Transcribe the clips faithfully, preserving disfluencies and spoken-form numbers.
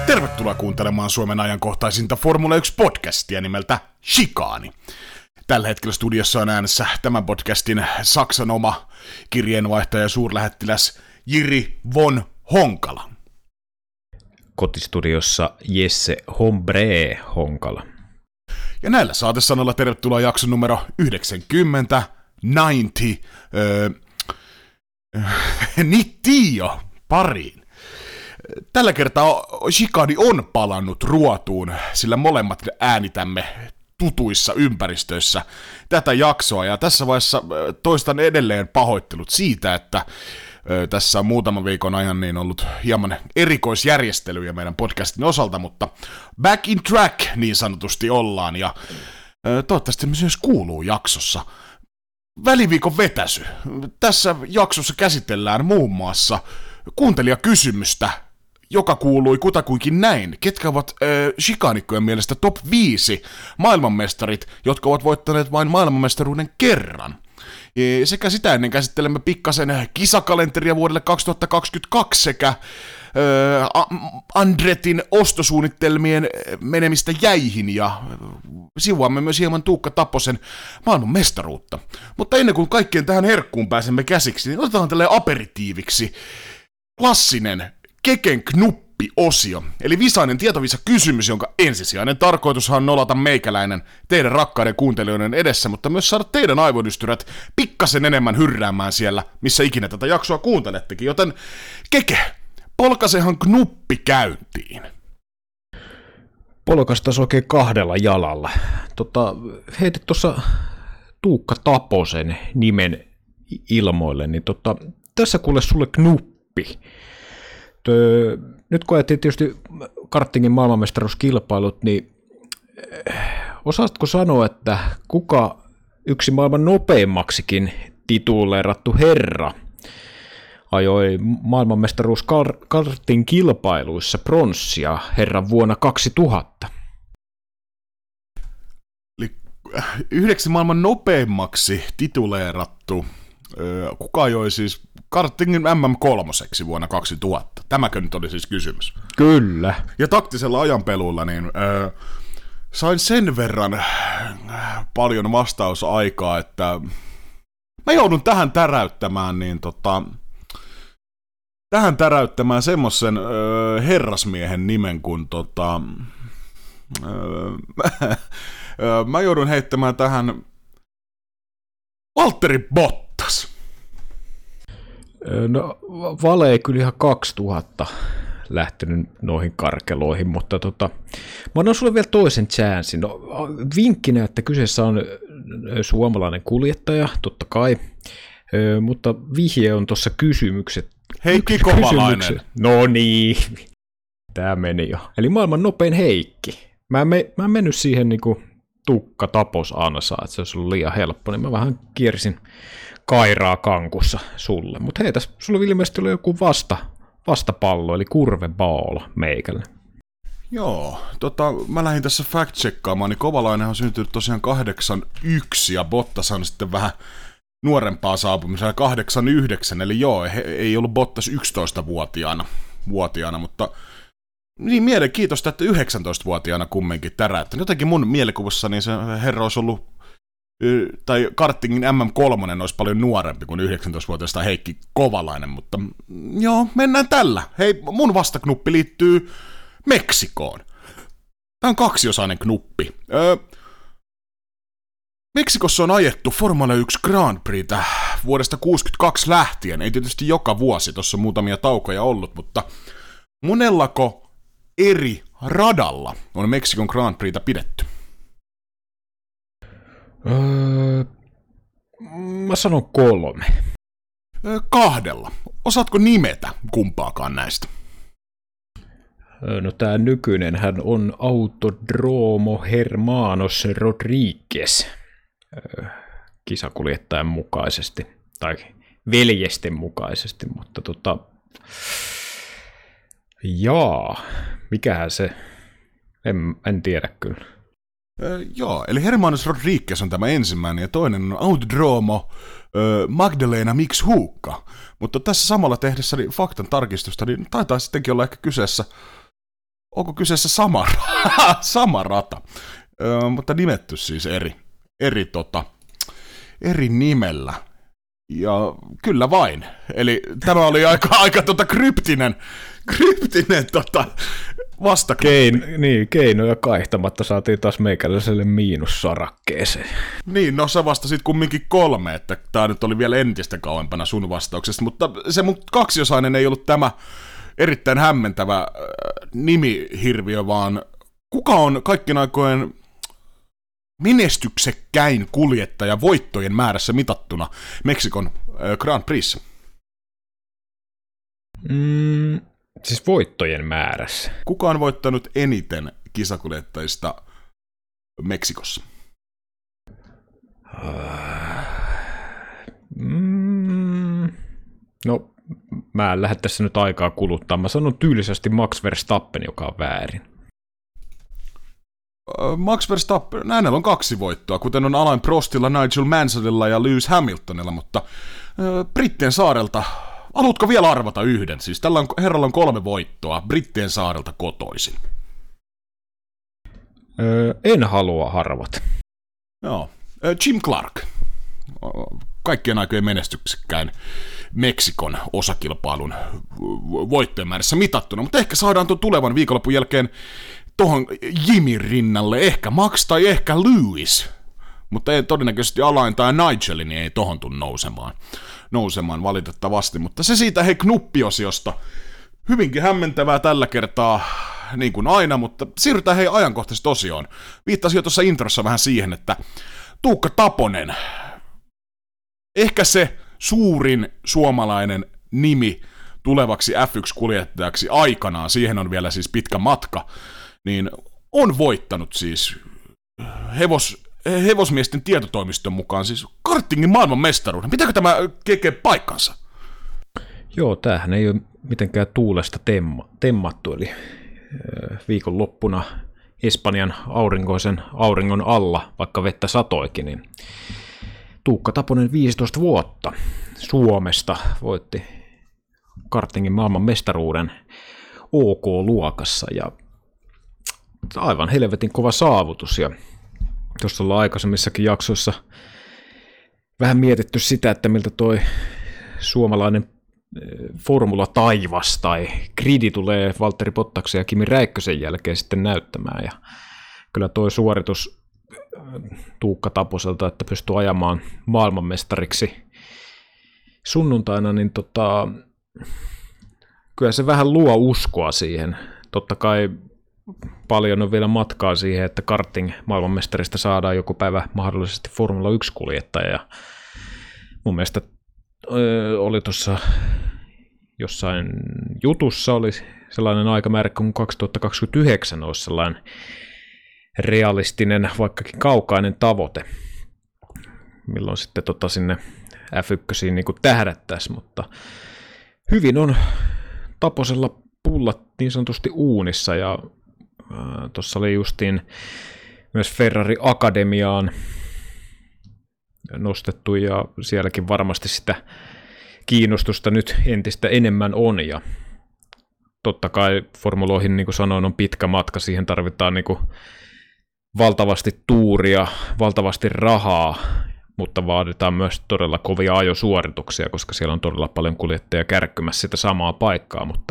Tervetuloa kuuntelemaan Suomen ajankohtaisinta Formula yksi-podcastia nimeltä Chicane. Tällä hetkellä studiossa on äänessä tämän podcastin Saksan oma kirjeenvaihtaja ja suurlähettiläs Jiri von Honkala. Kotistudiossa Jesse Hombre Honkala. Ja näillä saatesanoilla tervetuloa jakson numero yhdeksänkymmentä, yhdeksänkymmentä, öö, Nittio pariin. Tällä kertaa Chicane on palannut ruotuun, sillä molemmat äänitämme tutuissa ympäristöissä tätä jaksoa. Ja tässä vaiheessa toistan edelleen pahoittelut siitä, että tässä on muutaman viikon ajan niin ollut hieman erikoisjärjestelyjä meidän podcastin osalta, mutta back in track niin sanotusti ollaan, ja toivottavasti myös kuuluu jaksossa. Väliviikon vetäsy. Tässä jaksossa käsitellään muun muassa kuuntelijakysymystä, joka kuului kutakuinkin näin. Ketkä ovat äh, Chicanikkojen mielestä top viisi maailmanmestarit, jotka ovat voittaneet vain maailmanmestaruuden kerran? E, sekä sitä ennen käsittelemme pikkasen kisakalenteria vuodelle kaksituhattakaksikymmentäkaksi sekä äh, Andretin ostosuunnitelmien menemistä jäihin, ja sivuamme myös hieman Tuukka Taposen maailmanmestaruutta. Mutta ennen kuin kaikkien tähän herkkuun pääsemme käsiksi, niin otetaan tälleen aperitiiviksi klassinen Keken knuppi-osio, eli visainen tietovisa kysymys, jonka ensisijainen tarkoitushan on nolata meikäläinen teidän rakkaiden kuuntelijoiden edessä, mutta myös saada teidän aivodystyrät pikkasen enemmän hyrräämään siellä, missä ikinä tätä jaksoa kuuntelettekin, joten Keke, polkasehan knuppi käyntiin. Polkastas oikein kahdella jalalla. Tota, heitit tuossa Tuukka Taposen nimen ilmoille, niin tota, tässä kuule sulle knuppi. Öö, nyt kun ajettiin tietysti kartingin maailmanmestaruuskilpailut, niin osaatko sanoa, että kuka yksi maailman nopeimmaksikin tituleerattu herra ajoi maailmanmestaruuskartin kilpailuissa pronssia herran vuonna kaksituhatta? Eli yhdeksi maailman nopeimmaksi tituleerattu, öö, kuka ajoi siis kartingin M M kolme vuonna kaksituhatta. Tämäkö nyt oli siis kysymys? Kyllä. Ja taktisella ajanpelulla niin öö, sain sen verran paljon vastausaikaa, että mä joudun tähän täräyttämään, niin tota, tähän täräyttämään semmoisen öö, herrasmiehen nimen kuin tota, öö, mä joudun heittämään tähän Valtteri Bottas. No, Vale ei kyllä ihan kaksituhatta lähtenyt noihin karkeloihin, mutta tota, mä annan sulle vielä toisen chanssin. No, vinkkinä, että kyseessä on suomalainen kuljettaja, totta kai, ö, mutta vihje on tuossa kysymykset. Heikki Kovalainen. No niin, tää meni jo. Eli maailman nopein Heikki. Mä en, me, mä en mennyt siihen niinku Tuukka Tapos ansaan, että se olisi ollut liian helppo, niin mä vähän kiersin kairaa kankussa sulle. Mutta hei, tässä sulla ilmeisesti oli joku vasta, vastapallo, eli curveball meikälle. Joo, tota, mä lähdin tässä fact-checkaamaan, niin Kovalainen on syntynyt tosiaan kahdeksankymmentäyksi, ja Bottas on sitten vähän nuorempaa saapumisella kahdeksankymmentäyhdeksän, eli joo, he, ei ollut Bottas yksitoistavuotiaana, vuotiaana, mutta niin mielenkiintoista, että yhdeksäntoistavuotiaana kumminkin täräyttänyt. Jotenkin mun mielikuvassa niin se herra olisi ollut, tai kartingin M M kolme olisi paljon nuorempi kuin yhdeksäntoistavuotiaista Heikki Kovalainen, mutta joo, mennään tällä. Hei, mun vastaknuppi liittyy Meksikoon. Tämä on kaksiosainen knuppi. Öö, Meksikossa on ajettu Formula yksi Grand Prixtä vuodesta kuusikymmentäkaksi lähtien. Ei tietysti joka vuosi, tuossa on muutamia taukoja ollut, mutta monellako eri radalla on Meksikon Grand Prixtä pidetty? Öö, mä sanon kolme. Öö, kahdella. Osaatko nimetä kumpaakaan näistä? Öö, no tää nykyinenhän on Autodromo Hermanos Rodríguez öö, kisakuljettajan mukaisesti, tai veljesten mukaisesti, mutta tota, jaa, mikähän se, en, en tiedä kyllä. Öö, joo, eli Hermanos Rodríguez on tämä ensimmäinen ja toinen on Autodromo öö, Magdalena Mixhuca. Mutta tässä samalla tehdessä niin faktan tarkistusta niin taitaa sittenkin olla ehkä kyseessä onko kyseessä sama, sama rata, öö, mutta nimetty siis eri, eri, tota, eri nimellä. Ja kyllä vain. Eli tämä oli aika, aika tota kryptinen, kryptinen tota vastaklappi. Kein, niin, keinoja kaihtamatta saatiin taas meikäläiselle miinussarakkeeseen. Niin, no sä vastasit kumminkin kolme, että tää nyt oli vielä entistä kauempana sun vastauksesta, mutta se mun kaksiosainen ei ollut tämä erittäin hämmentävä äh, nimihirviö, vaan kuka on kaikkien aikojen menestyksekkäin kuljettaja voittojen määrässä mitattuna Meksikon äh, Grand Prix? Mm, siis voittojen määrässä. Kuka on voittanut eniten kisakuljettajista Meksikossa? Mm, no, mä en lähde tässä nyt aikaa kuluttaa. Mä sanon tyylisesti Max Verstappen, joka on väärin. Max Verstappen, hänellä on kaksi voittoa, kuten on Alain Prostilla, Nigel Mansellilla ja Lewis Hamiltonilla, mutta äh, Brittien saarelta, haluatko vielä arvata yhden? Siis tällä on, herralla on kolme voittoa, Brittien saarelta kotoisin. Öö, en halua harvata. Joo, Jim Clark, kaikkien aikojen menestyksekkäin Meksikon osakilpailun voittojen määrässä mitattuna, mutta ehkä saadaan tuon tulevan viikonlopun jälkeen tuohon Jimin rinnalle ehkä Max tai ehkä Lewis, mutta ei todennäköisesti Alain tai Nigel, niin ei tohon tule nousemaan, nousemaan valitettavasti, mutta se siitä hei knuppiosiosta, hyvinkin hämmentävää tällä kertaa, niin kuin aina, mutta siirrytään hei ajankohtaisesti osioon. Viittasin jo tuossa introssa vähän siihen, että Tuukka Taponen, ehkä se suurin suomalainen nimi tulevaksi F yksi -kuljettajaksi aikanaan, siihen on vielä siis pitkä matka, niin on voittanut siis hevos, hevosmiesten tietotoimiston mukaan siis kartingin maailman mestaruuden. Pitääkö tämä keke paikkansa? Joo, tämähän ei ole mitenkään tuulesta temma, temmattu, eli viikonloppuna Espanjan aurinkoisen auringon alla, vaikka vettä satoikin, niin Tuukka Taponen viisitoista vuotta Suomesta voitti kartingin maailman mestaruuden OK-luokassa ja aivan helvetin kova saavutus ja tuossa ollaan aikaisemmissakin jaksoissa vähän mietitty sitä, että miltä toi suomalainen formula taivas tai gridi tulee Valtteri Bottaksen ja Kimi Räikkösen jälkeen sitten näyttämään ja kyllä toi suoritus Tuukka Taposelta, että pystyy ajamaan maailmanmestariksi sunnuntaina, niin tota, kyllä se vähän luo uskoa siihen. Totta kai paljon on vielä matkaa siihen, että karting maailmanmestarista saadaan joku päivä mahdollisesti Formula yksi -kuljettaja. Ja mun mielestä ö, oli tuossa jossain jutussa oli sellainen aikamäärä, kun kaksituhattakaksikymmentäyhdeksän olisi sellainen realistinen, vaikkakin kaukainen tavoite, milloin sitten tota sinne F yksi niin kuin tähdättäisiin, mutta hyvin on Taposella pullat niin sanotusti uunissa, ja äh, tuossa oli justiin myös Ferrari Akademiaan nostettu, ja sielläkin varmasti sitä kiinnostusta nyt entistä enemmän on, ja totta kai formuloihin, niin kuin sanoin, on pitkä matka, siihen tarvitaan niin kuin valtavasti tuuria, valtavasti rahaa, mutta vaaditaan myös todella kovia ajosuorituksia, koska siellä on todella paljon kuljettajia kärkkymässä sitä samaa paikkaa, mutta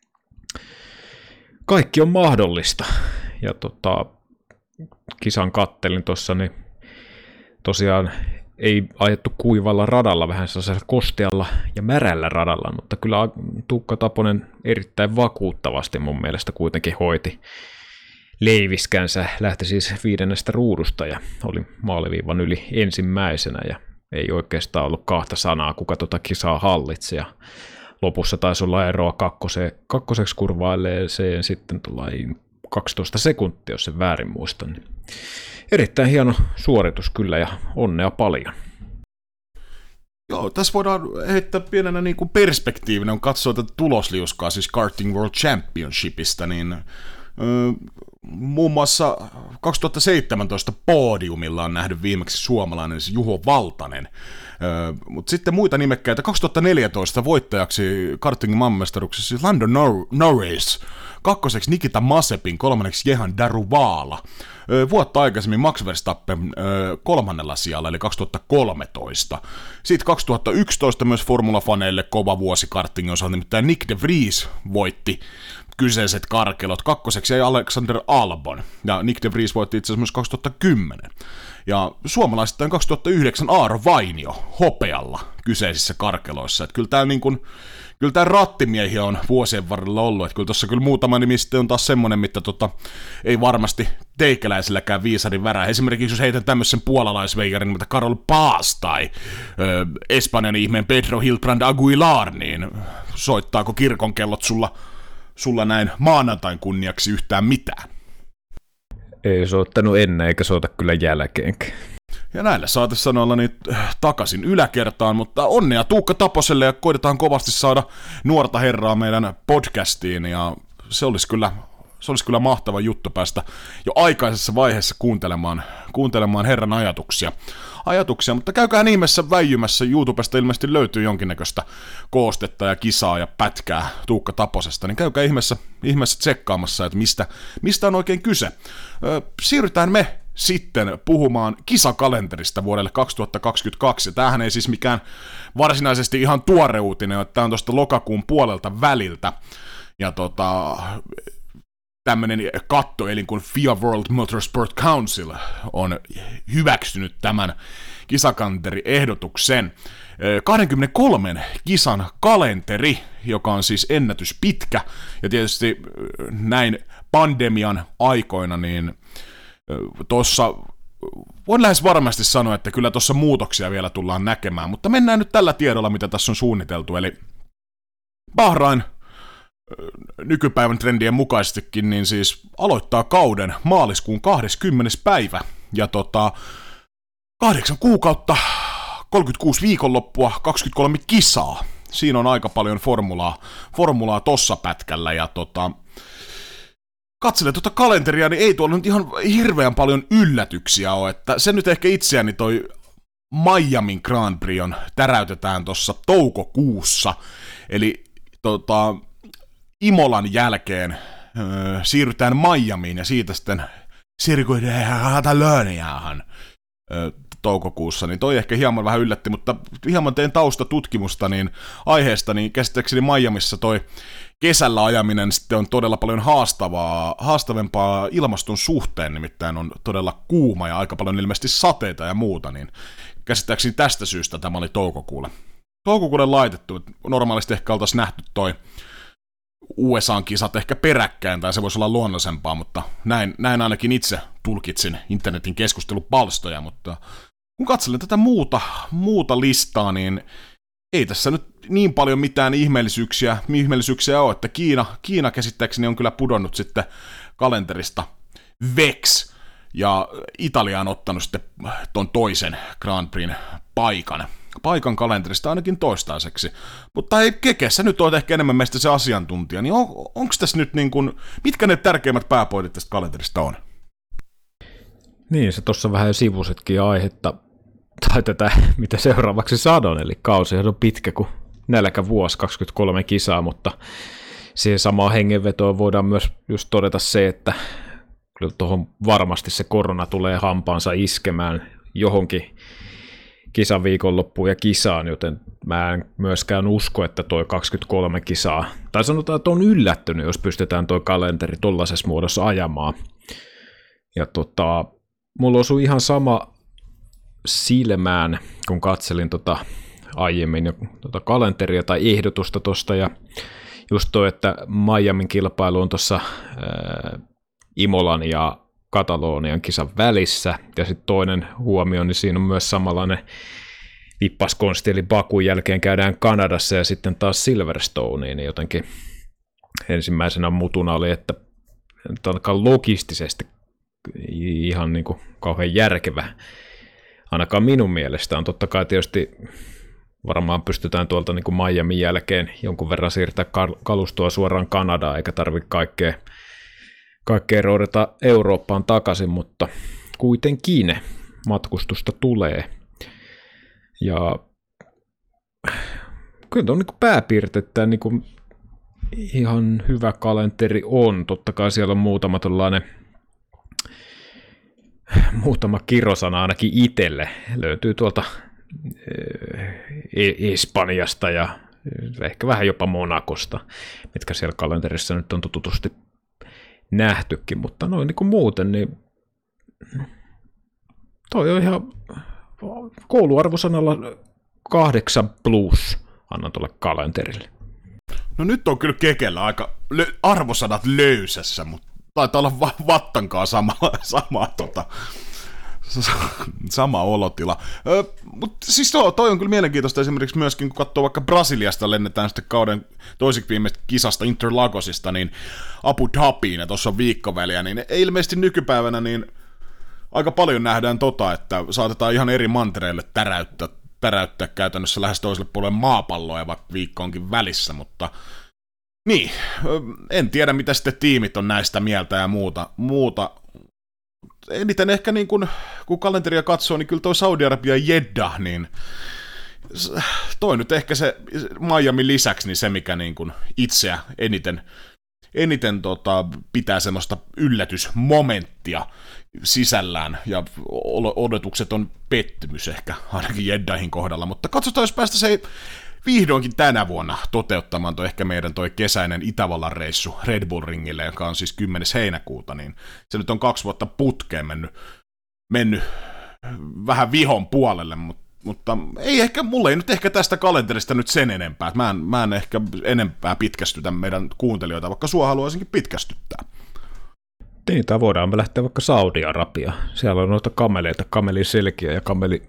kaikki on mahdollista. Ja tota, kisan kattelin tuossa, niin tosiaan ei ajettu kuivalla radalla, vähän sellaisella kostealla ja märällä radalla, mutta kyllä Tuukka Taponen erittäin vakuuttavasti mun mielestä kuitenkin hoiti leiviskänsä, lähti siis viidennestä ruudusta ja oli maaliviivan yli ensimmäisenä ja ei oikeastaan ollut kahta sanaa, kuka tota kisaa hallitsi ja lopussa taisi olla eroa kakkose, kakkoseksi kurvailleeseen sitten kaksitoista sekuntia, jos sen väärin muistan. Erittäin hieno suoritus kyllä ja onnea paljon. Joo, tässä voidaan heittää pienenä niin kuin perspektiivinä, kun katsoo tätä tulosliuskaa, siis Karting World Championshipista, niin öö, muun muassa kaksituhattaseitsemäntoista podiumilla on nähnyt viimeksi suomalainen siis Juho Valtanen, öö, mutta sitten muita nimekkäitä, kaksituhattaneljätoista voittajaksi kartingin maailmanmestaruksessa siis Lando Nor- Norris, kakkoseksi Nikita Mazepin, kolmanneksi Jehan Daruvala. Vuotta aikaisemmin Max Verstappen kolmannella sijalla, eli kaksituhattakolmetoista. Sitten kaksituhattayksitoista myös formulafaneille kova vuosi kartingin osalta, nimittäin Nick de Vries voitti kyseiset karkelot. Kakkoseksi jäi Alexander Albon, ja Nick de Vries voitti itse asiassa myös kaksituhattakymmenen. Ja suomalaisittain kaksituhattayhdeksän Aaro Vainio hopealla kyseisissä karkeloissa. Että kyllä tämä niin kuin, kyllä tämä rattimiehiä on vuosien varrella ollut, että kyllä tuossa kyllä muutama nimi sitten on taas semmoinen, mitä tota, ei varmasti teikäläisilläkään viisarin värää. Esimerkiksi jos heitän tämmöisen puolalaisveijarin, mitä Karol Paas tai ö, Espanjan ihmeen Pedro Hilbrand Aguilar, niin soittaako kirkonkellot sulla, sulla näin maanantain kunniaksi yhtään mitään? Ei soittanut ennen eikä soita kyllä jälkeenkin. Ja näillä saatesanoilla niin takaisin yläkertaan, mutta onnea Tuukka Taposelle ja koitetaan kovasti saada nuorta herraa meidän podcastiin ja se olisi kyllä, se olisi kyllä mahtava juttu päästä jo aikaisessa vaiheessa kuuntelemaan, kuuntelemaan herran ajatuksia. ajatuksia, mutta käykää ihmeessä väijymässä, YouTubesta ilmeisesti löytyy jonkinnäköistä koostetta ja kisaa ja pätkää Tuukka Taposesta, niin käykää ihmeessä, ihmeessä tsekkaamassa, että mistä, mistä on oikein kyse. Ö, siirrytään me sitten puhumaan kisakalenterista vuodelle kaksituhattakaksikymmentäkaksi, ja tämähän ei siis mikään varsinaisesti ihan tuore uutinen, että tämä on tuosta lokakuun puolelta väliltä, ja tota... tämmöinen kattoelin kuin F I A World Motorsport Council on hyväksynyt tämän kisakalenteri-ehdotuksen. kaksikymmentäkolme kisan kalenteri, joka on siis ennätys pitkä, ja tietysti näin pandemian aikoina, niin tuossa voin lähes varmasti sanoa, että kyllä tuossa muutoksia vielä tullaan näkemään, mutta mennään nyt tällä tiedolla, mitä tässä on suunniteltu, eli Bahrain nykypäivän trendien mukaisestikin, niin siis aloittaa kauden maaliskuun kahdeskymmenes päivä, ja tota, kahdeksan kuukautta, kolmekymmentäkuusi viikonloppua, kaksikymmentäkolme kisaa. Siinä on aika paljon formulaa, formulaa tossa pätkällä, ja tota, katselen tuota kalenteria, niin ei tuolla nyt ihan hirveän paljon yllätyksiä ole, että se nyt ehkä itseäni toi Miamin Grand Prix on, täräytetään tuossa toukokuussa, eli tota, Imolan jälkeen öö, siirrytään Miamiin ja siitä sitten Circuit de Cataloniahan öö, toukokuussa, niin toi ehkä hieman vähän yllätti, mutta hieman tein taustatutkimusta niin aiheesta, niin käsittääkseni Miamissa toi kesällä ajaminen sitten on todella paljon haastavaa, haastavempaa ilmaston suhteen, nimittäin on todella kuuma ja aika paljon ilmeisesti sateita ja muuta, niin käsittääkseni tästä syystä tämä oli toukokuulle. Toukokuulle laitettu, normaalisti ehkä oltaisiin nähty toi U S A-kisat ehkä peräkkäin, tai se voisi olla luonnollisempaa, mutta näin, näin ainakin itse tulkitsin internetin keskustelupalstoja, mutta kun katselen tätä muuta, muuta listaa, niin ei tässä nyt niin paljon mitään ihmeellisyyksiä, ihmeellisyyksiä ole, että Kiina, Kiina käsittääkseni on kyllä pudonnut sitten kalenterista veksi, ja Italia on ottanut sitten ton toisen Grand Prixn paikan. paikan kalenterista ainakin toistaiseksi. Mutta ei kekessä nyt olet ehkä enemmän meistä se asiantuntija, niin on, onko tässä nyt niin kuin, mitkä ne tärkeimmät pääpointit tästä kalenterista on? Niin, se tuossa vähän jo sivusitkin aihetta, tai tätä, mitä seuraavaksi sanon, eli kausihan on pitkä kuin nälkävuosi, kaksikymmentäkolme kisaa, mutta siihen samaan hengenvetoon voidaan myös just todeta se, että kyllä tuohon varmasti se korona tulee hampaansa iskemään johonkin kisan viikonloppuun ja kisaan, joten mä en myöskään usko, että toi kaksikymmentäkolme kisaa, tai sanotaan, että on yllättynyt, jos pystytään toi kalenteri tollaisessa muodossa ajamaan. Ja tota, mulla osui ihan sama silmään, kun katselin tota aiemmin jo tota kalenteria tai ehdotusta tosta, ja just toi, että Miamin kilpailu on tuossa Imolan ja Katalonian kisan välissä, ja sitten toinen huomio, niin siinä on myös samanlainen vippaskonsti, eli Bakun jälkeen käydään Kanadassa ja sitten taas Silverstoneen, niin jotenkin ensimmäisenä mutuna oli, että ainakaan logistisesti ihan niin kuin kauhean järkevä, ainakaan minun mielestä on totta kai tietysti varmaan pystytään tuolta niin kuin Miamin jälkeen jonkun verran siirtää kalustoa suoraan Kanadaan, eikä tarvitse kaikkea Kaikkea roudata Eurooppaan takaisin, mutta kuitenkin matkustusta tulee. Ja kyllä on niin pääpiirteet, että niin ihan hyvä kalenteri on. Totta kai siellä on muutama tällainen, muutama kirosana ainakin itselle. Löytyy tuolta Espanjasta ja ehkä vähän jopa Monakosta, mitkä siellä kalenterissa nyt on tutusti nähtykin, mutta noin niin kuin muuten, niin toi on ihan kouluarvosanalla kahdeksan plus annan tuolle kalenterille. No nyt on kyllä Kekellä aika lö- arvosanat löysässä, mutta taitaa olla va- Vattankaan sama, sama, tota, sama olotila. Ö, mutta siis toi, toi on kyllä mielenkiintoista esimerkiksi myöskin, kun katsoo vaikka Brasiliasta lennetään sitten kauden toiseksi viimeistä kisasta Interlagosista, niin Abu Dhabiin, ja tuossa on viikkoväliä, niin ilmeisesti nykypäivänä niin aika paljon nähdään tota, että saatetaan ihan eri mantereille täräyttää, täräyttää käytännössä lähes toiselle puolelle maapalloa, ja vaikka viikko onkin välissä, mutta niin, en tiedä mitä sitten tiimit on näistä mieltä ja muuta. muuta. Eniten ehkä niin kun, kun kalenteria katsoo, niin kyllä toi Saudi-Arabia ja Jeddah, niin toi nyt ehkä se Miamin lisäksi niin se, mikä niin kun itseä eniten, eniten tota, pitää semmoista yllätysmomenttia sisällään, ja odotukset on pettymys ehkä ainakin Jeddahin kohdalla, mutta katsotaan, jos päästä se vihdoinkin tänä vuonna toteuttamaan toi ehkä meidän toi kesäinen Itävallan reissu Red Bull Ringille, joka on siis kymmenes heinäkuuta, niin se nyt on kaksi vuotta putkeen mennyt, mennyt vähän vihon puolelle, mutta, mutta ei ehkä, mulle ei nyt ehkä tästä kalenterista nyt sen enempää, että mä en, mä en ehkä enempää pitkästytä meidän kuuntelijoita, vaikka sua haluaisinkin pitkästyttää. Niin, tai voidaan me lähteä vaikka Saudi-Arabiaan. Siellä on noita kameleita, kameliselkiä ja kameli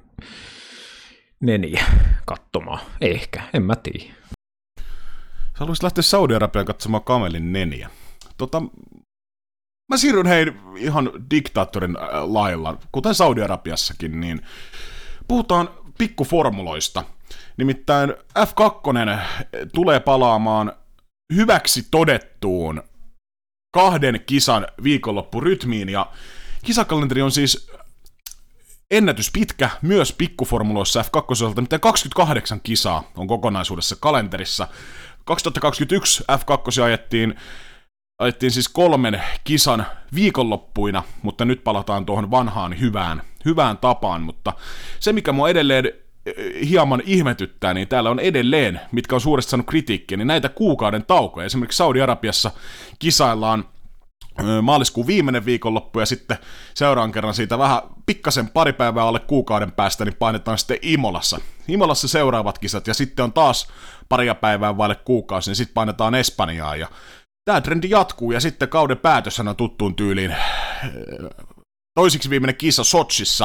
neniä katsomaan. Ehkä, en mä tiedä. Sä haluaisit lähteä Saudi-Arabiaan katsomaan kamelin neniä. Tota, mä siirryn hei ihan diktaattorin lailla, kuten Saudi-Arabiassakin, niin puhutaan pikkuformuloista. Nimittäin F kaksi tulee palaamaan hyväksi todettuun kahden kisan viikonloppurytmiin, ja kisakalenteri on siis ennätyspitkä myös pikkuformuloissa F kaksi osalta, mitä kaksikymmentäkahdeksan kisaa on kokonaisuudessa kalenterissa. kaksituhattakaksikymmentäyksi F kaksi ajettiin, ajettiin siis kolmen kisan viikonloppuina, mutta nyt palataan tuohon vanhaan hyvään, hyvään tapaan, mutta se mikä mua edelleen hieman ihmetyttää, niin täällä on edelleen, mitkä on suuresti saanut kritiikkiä, niin näitä kuukauden taukoja. Esimerkiksi Saudi-Arabiassa kisaillaan maaliskuun viimeinen viikonloppu, ja sitten seuraavan kerran siitä vähän pikkasen pari päivää alle kuukauden päästä, niin painetaan sitten Imolassa. Imolassa seuraavat kisat, ja sitten on taas paria päivää vaille kuukausi, niin sitten painetaan Espanjaan, ja tämä trendi jatkuu, ja sitten kauden päätöshän on tuttuun tyyliin toisiksi viimeinen kisa Sochissa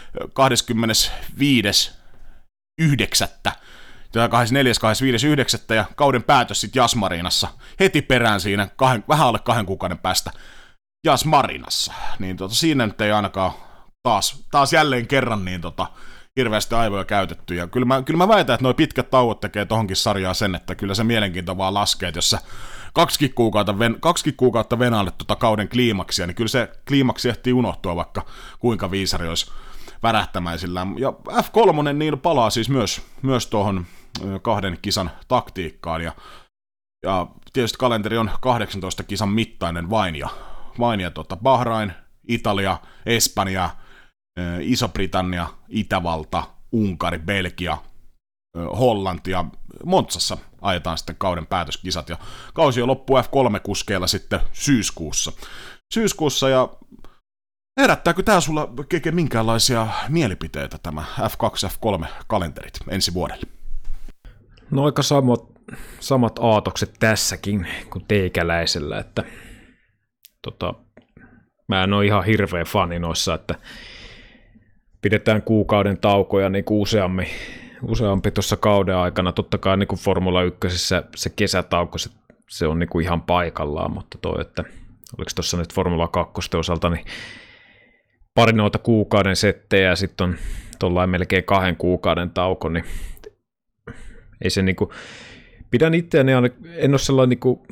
kahdeskymmenesviides yhdeksättä kahdeskymmenesneljäs kahdeskymmenesviides yhdeksättä ja kauden päätös sitten Yas Marinassa heti perään siinä kahden, vähän alle kahden kuukauden päästä Yas Marinassa. Niin tota, siinä nyt ei ainakaan taas, taas jälleen kerran niin tota, hirveästi aivoja käytetty. Ja kyllä mä, kyllä mä väitän, että nuo pitkät tauot tekee tohonkin sarjaan sen, että kyllä se mielenkiinto vaan laskee, että jos sä kaksikin kuukautta, ven, kaksikin kuukautta venailet tota kauden kliimaksia, niin kyllä se kliimaksi ehtii unohtua, vaikka kuinka viisari olisi värähtämäisillään. Ja F kolme niin palaa siis myös, myös tuohon kahden kisan taktiikkaan, ja, ja tietysti kalenteri on kahdeksantoista kisan mittainen vain, ja, vain ja tota Bahrain, Italia, Espanja, Iso-Britannia, Itävalta, Unkari, Belgia, Hollanti ja Montsassa ajetaan sitten kauden päätöskisat, ja kausi on loppu F kolme kuskeilla sitten syyskuussa. Syyskuussa, ja herättääkö tää sulla Keke minkäänlaisia mielipiteitä tämä F kaksi F kolme kalenterit ensi vuodelle? No aika samat, samat aatokset tässäkin kuin teikäläisellä, että tota, mä en ole ihan hirveä fani noissa, että pidetään kuukauden taukoja niin kuin useammin, useampi tuossa kauden aikana. Totta kai niin kuin Formula yksi se kesätauko, se, se on niin kuin ihan paikallaan, mutta toi, että oliko tuossa nyt Formula kaksi osalta, niin pari noita kuukauden settejä ja sitten on tuollain melkein kahden kuukauden tauko, niin ei se niinku, pidän itseäni, en ole sellainen niinku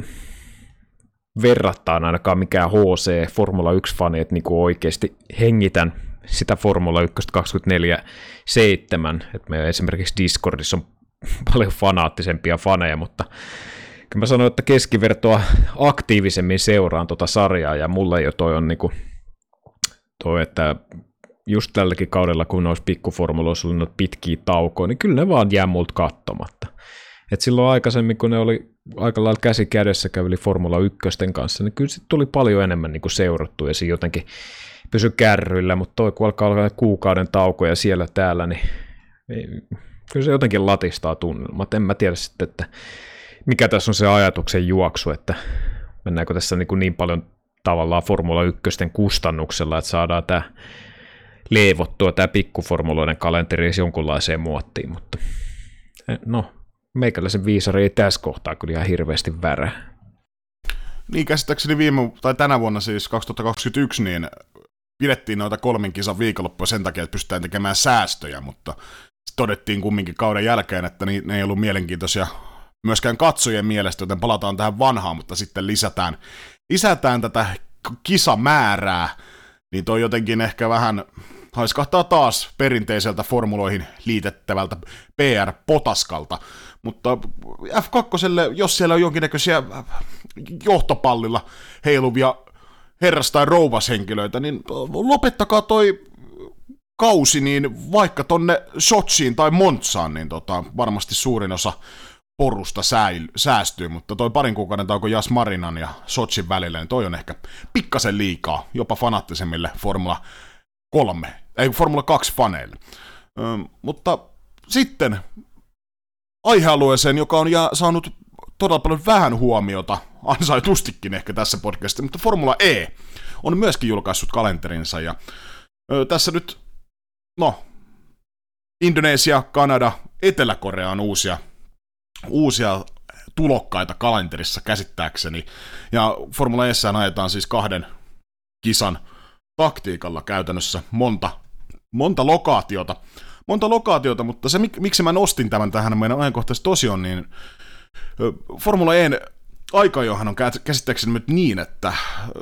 verrattain ainakaan mikään H C Formula yksi-fani, että niinku oikeasti hengitän sitä Formula yksi kaksikymmentäneljä seitsemän, että meillä esimerkiksi Discordissa on paljon fanaattisempia faneja, mutta Kyllä mä sanoin, että keskivertoa aktiivisemmin seuraan tuota sarjaa, ja mulle jo toi on niinku, toi, että just tälläkin kaudella, kun olisi pikkuformuloissa ollut pitkiä taukoja, niin kyllä ne vaan jää multa katsomatta. Et silloin aikaisemmin, kun ne oli aika lailla käsi kädessä käveli Formula ykkösten kanssa, niin kyllä sitten tuli paljon enemmän niin kuin seurattu ja siinä jotenkin pysy kärryillä, mutta toi kun alkaa olla kuukauden taukoja siellä täällä, niin kyllä se jotenkin latistaa tunnelmat. En mä tiedä sitten, että mikä tässä on se ajatuksen juoksu, että mennäänkö tässä niin, kuin niin paljon tavallaan Formula ykkösten kustannuksella, että saadaan tämä leivottua tämä pikkuformuloiden kalenteri jonkunlaiseen muottiin, mutta no, meikäläisen viisari ei tässä kohtaa kyllä ihan hirveästi värää. Niin, käsittääkseni viime, tai tänä vuonna siis kaksituhattakaksikymmentäyksi, niin pidettiin noita kolmen kisan viikonloppuja sen takia, että pystytään tekemään säästöjä, mutta todettiin kumminkin kauden jälkeen, että ne ei ollut mielenkiintoisia myöskään katsojien mielestä, joten palataan tähän vanhaan, mutta sitten lisätään, lisätään tätä kisamäärää, niin toi jotenkin ehkä vähän haiskahtaa taas perinteiseltä formuloihin liitettävältä P R-potaskalta, mutta F kaksi, jos siellä on jonkinnäköisiä johtopallilla heiluvia herras- tai rouvashenkilöitä, niin lopettakaa toi kausi niin vaikka tonne Sochiin tai Montsaan, niin tota, varmasti suurin osa porusta säil, säästyy, mutta toi parin kuukauden tauko Jas Marinan ja Sochin välillä, niin toi on ehkä pikkasen liikaa, jopa fanaattisemmille Formula kolme, ei Formula kaksi faneille. Ö, mutta sitten aihealueeseen, joka on ja saanut todella paljon vähän huomiota, ansaitustikin ehkä tässä podcastissa, mutta Formula E on myöskin julkaissut kalenterinsa, ja ö, tässä nyt, no, Indonesia, Kanada, Etelä-Korea on uusia, uusia tulokkaita kalenterissa käsittääkseni, ja Formula E:ssään ajetaan siis kahden kisan taktiikalla käytännössä monta, monta lokaatiota, monta lokaatiota, mutta se mik, miksi mä nostin tämän tähän meidän ajankohtaisesti osioon, niin Formula E:n aikajohan on käsittääkseni nyt niin, että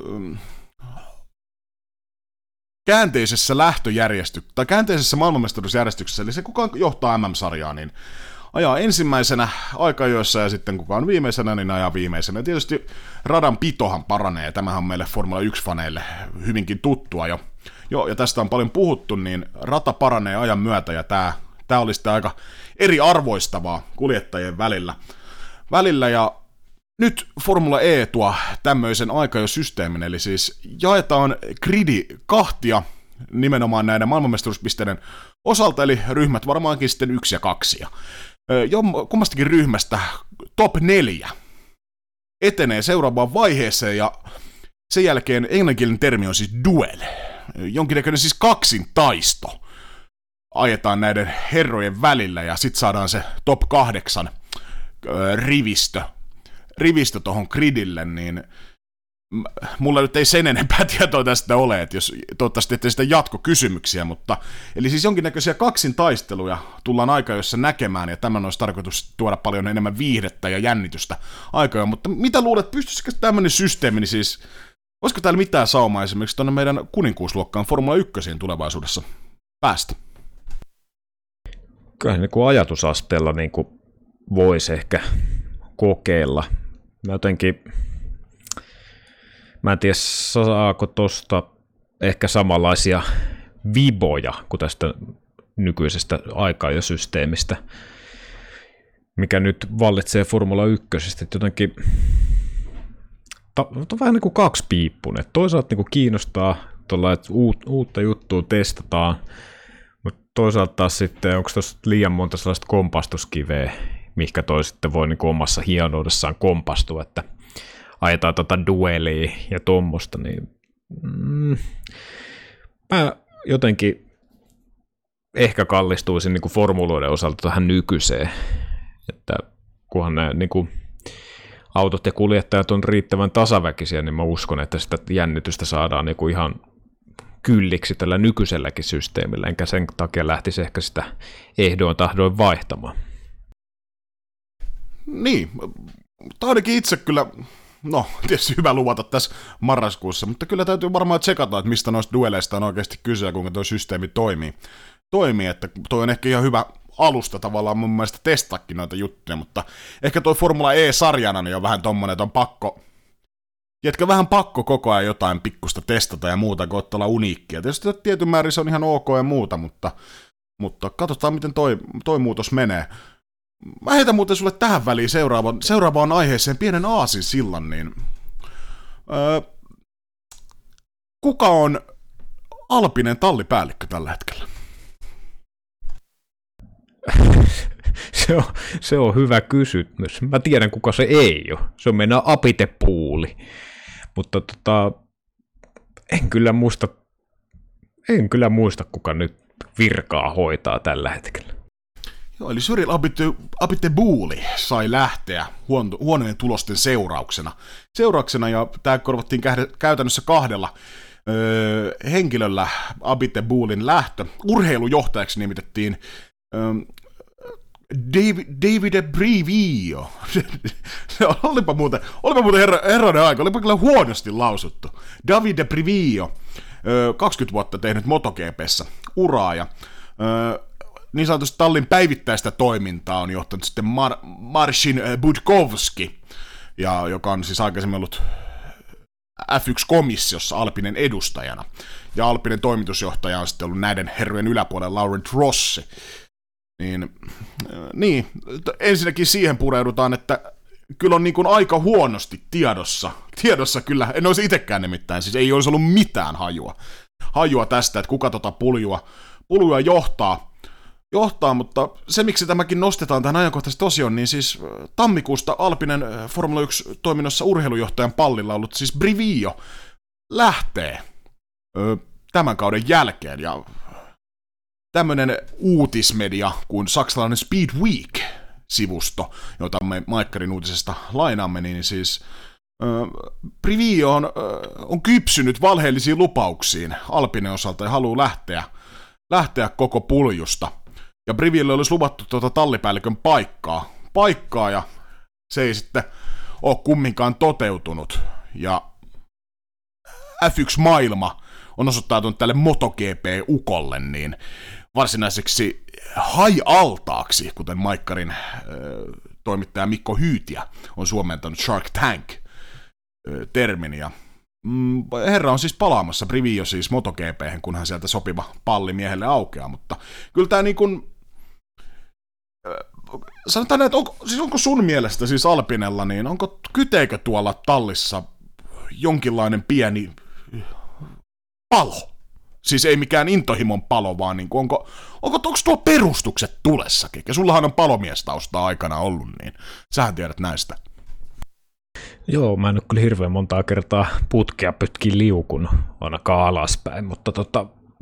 käänteisessä lähtöjärjestyksessä, tai käänteisessä maailmanmestaruusjärjestyksessä, eli se kuka johtaa M M-sarjaa, niin ajaa ensimmäisenä aikajoissa ja sitten kuka on viimeisenä, niin ajaa viimeisenä. Ja tietysti radan pitohan paranee, ja tämähän on meille Formula yksi-faneille hyvinkin tuttua jo. jo. Ja tästä on paljon puhuttu, niin rata paranee ajan myötä, ja tämä, tämä oli sitten aika eriarvoistavaa kuljettajien välillä. välillä ja nyt Formula E tuo tämmöisen aikajosysteemin, eli siis jaetaan gridi kahtia nimenomaan näiden maailmanmestaruuspisteiden osalta, eli ryhmät varmaankin sitten yksi ja kaksi. Jom, kummastakin ryhmästä top neljä etenee seuraavaan vaiheeseen, ja sen jälkeen englanninkielinen termi on siis duel. Jonkinnäköinen siis kaksintaisto ajetaan näiden herrojen välillä, ja sitten saadaan se top kahdeksan rivistö, rivistö tuohon gridille, niin mulla nyt ei sen enempää tietoa tästä ole, että jos toivottavasti ettei sitä jatkokysymyksiä, mutta eli siis jonkinnäköisiä kaksintaisteluja tullaan aikajoissa näkemään, ja tämän olisi tarkoitus tuoda paljon enemmän viihdettä ja jännitystä aikajoon, mutta mitä luulet, pystyisikö tämmöinen systeemi, niin siis olisiko täällä mitään saumaa esimerkiksi tuonne meidän kuninkuusluokkaan Formula ykkösiin tulevaisuudessa päästä? Kyllä niin kuin ajatusasteella niin kuin voisi ehkä kokeilla. Mä jotenkin Mä en tiedä, saako tosta ehkä samanlaisia viboja kuin tästä nykyisestä aikajosysteemistä, mikä nyt vallitsee Formula ykkösestä. Että jotenkin ta, on vähän niin kuin kaksipiippunen. Toisaalta niin kuin kiinnostaa, tuolla, että uut, uutta juttua testataan, mutta toisaalta taas sitten, onko tuossa liian monta sellaista kompastuskiveä, mihinkä toi sitten voi niin kuin omassa hienoudessaan kompastua, että ajetaan tota duelia ja tuommoista, niin mm, mä jotenkin ehkä kallistuisin niin kuin formuloiden osalta tähän nykyiseen, että kunhan ne niin kuin autot ja kuljettajat on riittävän tasaväkisiä, niin mä uskon, että sitä jännitystä saadaan niin kuin ihan kylliksi tällä nykyiselläkin systeemillä, enkä sen takia lähtisi ehkä sitä ehdoin tahdoin vaihtamaan. Niin, mutta ainakin itse kyllä, no tietysti hyvä luvata tässä marraskuussa, mutta kyllä täytyy varmaan tsekata, että mistä noista dueleista on oikeasti kyse ja kuinka tuo systeemi toimii. Toimii, että toi on ehkä ihan hyvä alusta tavallaan mun mielestä testaakin noita juttuja, mutta ehkä toi Formula E-sarjana niin on vähän tommonen, että on pakko, jätkä vähän pakko koko ajan jotain pikkusta testata ja muuta, kun ottaa olla uniikkia. Tietysti tietyn määrin se on ihan ok ja muuta, mutta, mutta katsotaan miten toi, toi muutos menee. Mä heitän muuten sulle tähän väliin seuraavan, seuraavaan aiheeseen pienen aasin sillan, niin öö, kuka on Alpinen tallipäällikkö tällä hetkellä? se, on, se on hyvä kysymys. Mä tiedän, kuka se ei ole. Se on meidän Apitepuuli. Mutta tota, en kyllä muista, en kyllä muista, kuka nyt virkaa hoitaa tällä hetkellä. Joo, eli Cyril Abitebouli sai lähteä huono, huonojen tulosten seurauksena. Seurauksena, ja tämä korvattiin käytännössä kahdella öö, henkilöllä Abiteboulin lähtö. Urheilujohtajaksi nimitettiin öö, David, David Brivio. olipa muuten, olipa muuten herra, herranen aika, olipa kyllä huonosti lausuttu. David Brivio, öö, kaksikymmentä vuotta tehnyt MotoGP:ssä uraa, ja öö, niin sanotusti tallin päivittäistä toimintaa on johtanut sitten Mar- Marcin Budkowski, ja, joka on siis aikaisemmin ollut F yksi -komissiossa Alpinen edustajana. Ja Alpinen toimitusjohtaja on sitten ollut näiden herrojen yläpuolella Laurent Rossi. Niin, niin, ensinnäkin siihen pureudutaan, että kyllä on niin kuin aika huonosti tiedossa. Tiedossa kyllä, en olisi itsekään nimittäin, siis ei olisi ollut mitään hajua. Hajua tästä, että kuka tota puljua, puljua johtaa. Johtaa, mutta se miksi tämäkin nostetaan tähän ajankohtaisesti osioon, niin siis tammikuusta Alpinen Formula yksi -toiminnossa urheilujohtajan pallilla ollut siis Brivio lähtee ö, tämän kauden jälkeen, ja tämmöinen uutismedia kuin saksalainen Speed Week-sivusto, jota me Maikkarin uutisesta lainaamme, niin siis ö, Brivio on, ö, on kypsynyt valheellisiin lupauksiin Alpinen osalta ja haluaa lähteä, lähteä koko puljusta. Ja Briville olisi luvattu tuota tallipäällikön paikkaa, paikkaa, ja se ei sitten ole kumminkaan toteutunut. Ja F yksi -maailma on osoittautunut tälle MotoGP-ukolle niin varsinaiseksi hai-altaaksi, kuten Maikkarin äh, toimittaja Mikko Hyytiä on suomentanut Shark Tank-termin. Ja mm, herra on siis palaamassa, Brivio siis MotoGP:hen, kunhan sieltä sopiva palli miehelle aukeaa, mutta kyllä tämä niin kuin sanotaan, että onko, siis onko sun mielestä siis Alpinella, niin onko kyteekö tuolla tallissa jonkinlainen pieni palo? Siis ei mikään intohimon palo, vaan niin kuin onko, onko, onko tuo perustukset tulessakin? Ja sullahan on palomiestaustaa aikana ollut, niin sähän tiedät näistä. Joo, mä en ole kyllä hirveän montaa kertaa putkea pytkin liukun ainakaan alaspäin, mutta tota...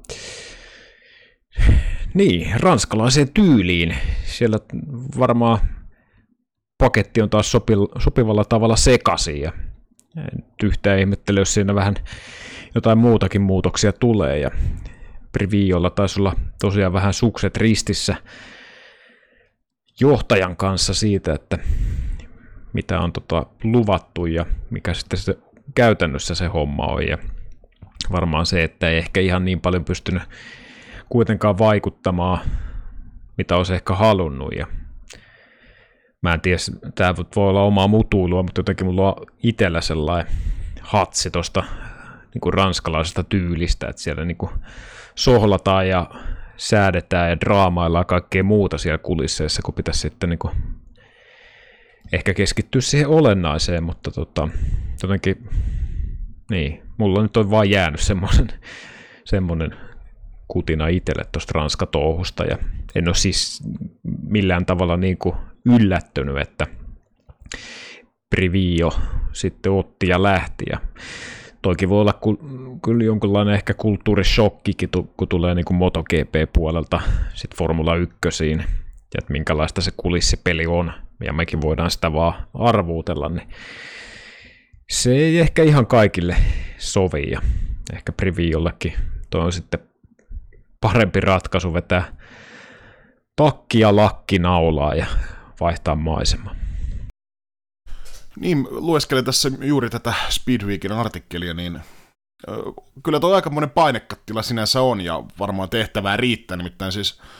Niin, ranskalaiseen tyyliin. Siellä varmaan paketti on taas sopi- sopivalla tavalla sekaisin, ja yhtään ihmettele, jos siinä vähän jotain muutakin muutoksia tulee, ja Briviolla taisi olla tosiaan vähän sukset ristissä johtajan kanssa siitä, että mitä on tota luvattu ja mikä sitten se, käytännössä se homma on, ja varmaan se, että ei ehkä ihan niin paljon pystynyt kuitenkaan vaikuttamaan, mitä olisi ehkä halunnut, ja mä en tiedä, tämä voi olla omaa mutuilua, mutta jotenkin mulla on itsellä sellainen hatsi tuosta niin kuin ranskalaisesta tyylistä, että siellä niin kuin sohlataan ja säädetään ja draamaillaan kaikkea muuta siellä kulisseissa, kun pitäisi sitten niin kuin ehkä keskittyä siihen olennaiseen, mutta tota, jotenkin, niin, mulla nyt on vaan jäänyt semmoinen, semmoinen kutina itselle tuosta Ranska-touhusta, ja en ole siis millään tavalla niin kuin yllättynyt, että Brivio sitten otti ja lähti, ja toikin voi olla kyllä jonkinlainen ehkä kulttuurishokkikin, kun tulee niin kuin MotoGP-puolelta sitten Formula ykkösiin, ja että minkälaista se kulissipeli on, ja mekin voidaan sitä vaan arvuutella, niin se ei ehkä ihan kaikille sovi, ja ehkä Briviollekin toi on sitten parempi ratkaisu vetää takki ja lakki naulaa ja vaihtaa maisema. Niin, lueskelin tässä juuri tätä Speedweekin artikkelia, niin kyllä tuo aikamoinen painekattila sinänsä on, ja varmaan tehtävää riittää, nimittäin siis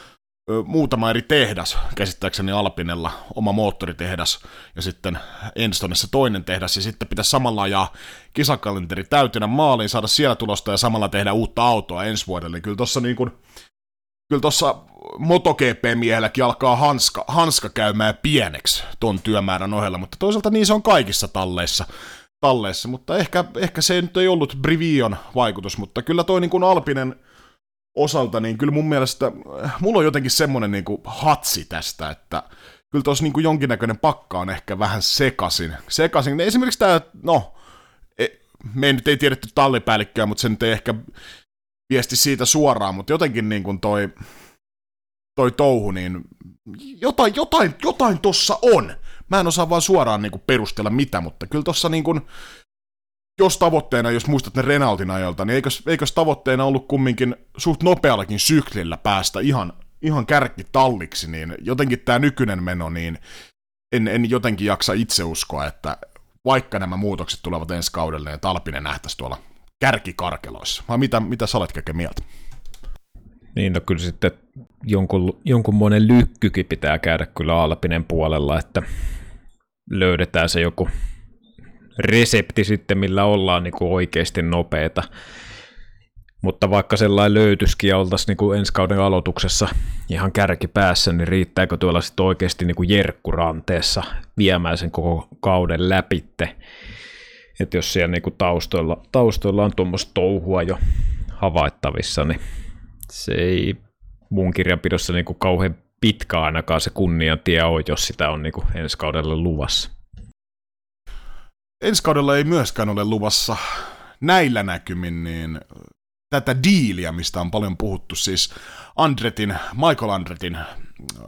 muutama eri tehdas, käsittääkseni Alpinella, oma moottoritehdas, ja sitten Enstonessa toinen tehdas, ja sitten pitäisi samalla ajaa kisakalenteri täytenä maaliin, saada siellä tulosta, ja samalla tehdä uutta autoa ensi vuodelle. Kyllä tuossa niin kuin, kyllä tuossa MotoGP-miehelläkin alkaa hanska, hanska käymään pieneksi ton työmäärän ohella, mutta toisaalta niin se on kaikissa talleissa, talleissa mutta ehkä, ehkä se nyt ei ollut Brivion vaikutus, mutta kyllä toi niin kuin Alpinen osalta, niin kyllä mun mielestä, mulla on jotenkin semmoinen niin kuin hatsi tästä, että kyllä tuossa niin kuin jonkinnäköinen pakka on ehkä vähän sekasin. Sekasin. Esimerkiksi tämä, no, me ei nyt ei tiedetty tallipäällikköä, mutta se nyt ei ehkä viesti siitä suoraan, mutta jotenkin niin kuin toi, toi touhu, niin jotain, jotain, jotain tossa on. Mä en osaa vaan suoraan niin kuin perustella mitä, mutta kyllä tossa niin kuin, jos tavoitteena, jos muistat ne Renaultin ajalta, niin eikös, eikös tavoitteena ollut kumminkin suht nopeallakin syklillä päästä ihan, ihan kärkitalliksi, niin jotenkin tämä nykyinen meno, niin en, en jotenkin jaksa itse uskoa, että vaikka nämä muutokset tulevat ensi kaudelle, niin Alpinen nähtäisi tuolla kärkikarkeloissa. Vai mitä, mitä sä olet kaikkein mieltä? Niin, no kyllä sitten jonkun, jonkunmoinen lykkykin pitää käydä kyllä Alpinen puolella, että löydetään se joku resepti sitten, millä ollaan niin kuin oikeasti nopeita. Mutta vaikka sellainen löytyisikin ja oltaisiin niin kuin ensi kauden aloituksessa ihan kärkipäässä, niin riittääkö tuolla sitten oikeasti niin kuin jerkkuranteessa viemään sen koko kauden läpitte? Että jos siellä niin kuin taustoilla, taustoilla on tuommoista touhua jo havaittavissa, niin se ei mun kirjanpidossa niin kuin kauhean pitkä ainakaan se kunnian tie ole, jos sitä on niin kuin ensi kaudella luvassa. Ensi kaudella ei myöskään ole luvassa näillä näkymin niin tätä diiliä, mistä on paljon puhuttu, siis Andretin, Michael Andretin äh,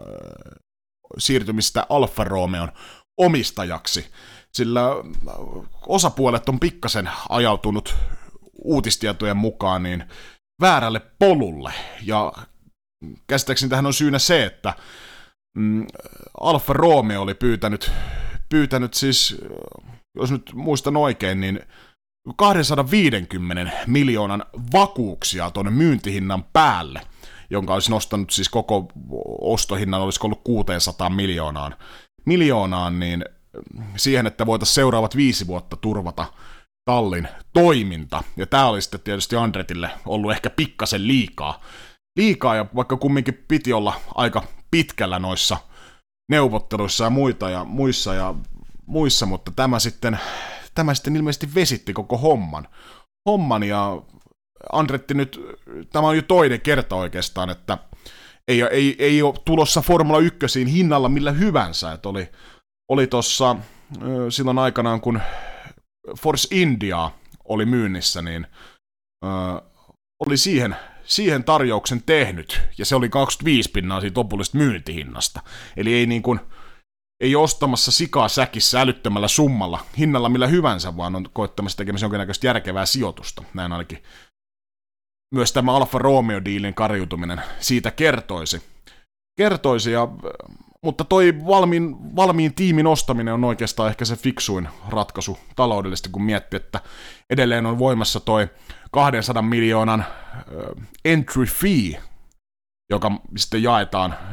siirtymistä Alfa Romeon omistajaksi, sillä osapuolet on pikkasen ajautunut uutistietojen mukaan niin väärälle polulle, ja käsittääkseni tähän on syynä se, että mm, Alfa Romeo oli pyytänyt, pyytänyt siis, jos nyt muistan oikein, niin kaksisataaviisikymmentä miljoonan vakuuksia tuonne myyntihinnan päälle, jonka olisi nostanut siis koko ostohinnan, olisiko ollut kuusisataa miljoonaan, miljoonaan niin siihen, että voitaisiin seuraavat viisi vuotta turvata tallin toiminta. Ja tämä oli sitten tietysti Andretille ollut ehkä pikkasen liikaa. Liikaa, ja vaikka kumminkin piti olla aika pitkällä noissa neuvotteluissa ja, muita ja muissa ja muissa, mutta tämä sitten, tämä sitten ilmeisesti vesitti koko homman. Homman, ja Andretti nyt, tämä on jo toinen kerta oikeastaan, että ei, ei, ei ole tulossa Formula ykkösiin hinnalla millä hyvänsä, että oli, oli tuossa silloin aikanaan, kun Force India oli myynnissä, niin ö, oli siihen, siihen tarjouksen tehnyt, ja se oli kaksikymmentäviisi pinnaa siitä lopullisesta myyntihinnasta. Eli ei, niin kuin, ei ole ostamassa sikaa säkissä älyttömällä summalla, hinnalla millä hyvänsä, vaan on koettamassa tekemässä jonkinnäköistä järkevää sijoitusta. Näin ainakin myös tämä Alfa Romeo-diilin karjutuminen siitä kertoisi. kertoisi ja, mutta toi valmiin, valmiin tiimin ostaminen on oikeastaan ehkä se fiksuin ratkaisu taloudellisesti, kun miettii, että edelleen on voimassa toi kahdensadan miljoonan äh, entry fee, joka sitten jaetaan äh,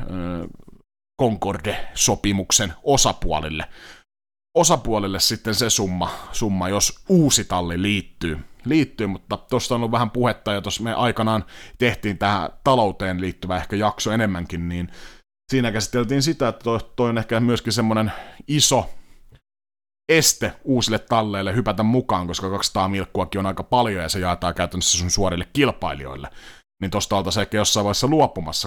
Concorde-sopimuksen osapuolille. Osapuolille sitten se summa, summa jos uusi talli liittyy. liittyy mutta tuosta on ollut vähän puhetta, ja tuossa me aikanaan tehtiin tähän talouteen liittyvä ehkä jakso enemmänkin, niin siinä käsiteltiin sitä, että toi, toi on ehkä myöskin semmoinen iso este uusille talleille hypätä mukaan, koska kaksisataa milkkuakin on aika paljon, ja se jaetaan käytännössä sun suorille kilpailijoille. Niin tuosta oltaisiin ehkä jossain vaiheessa luopumassa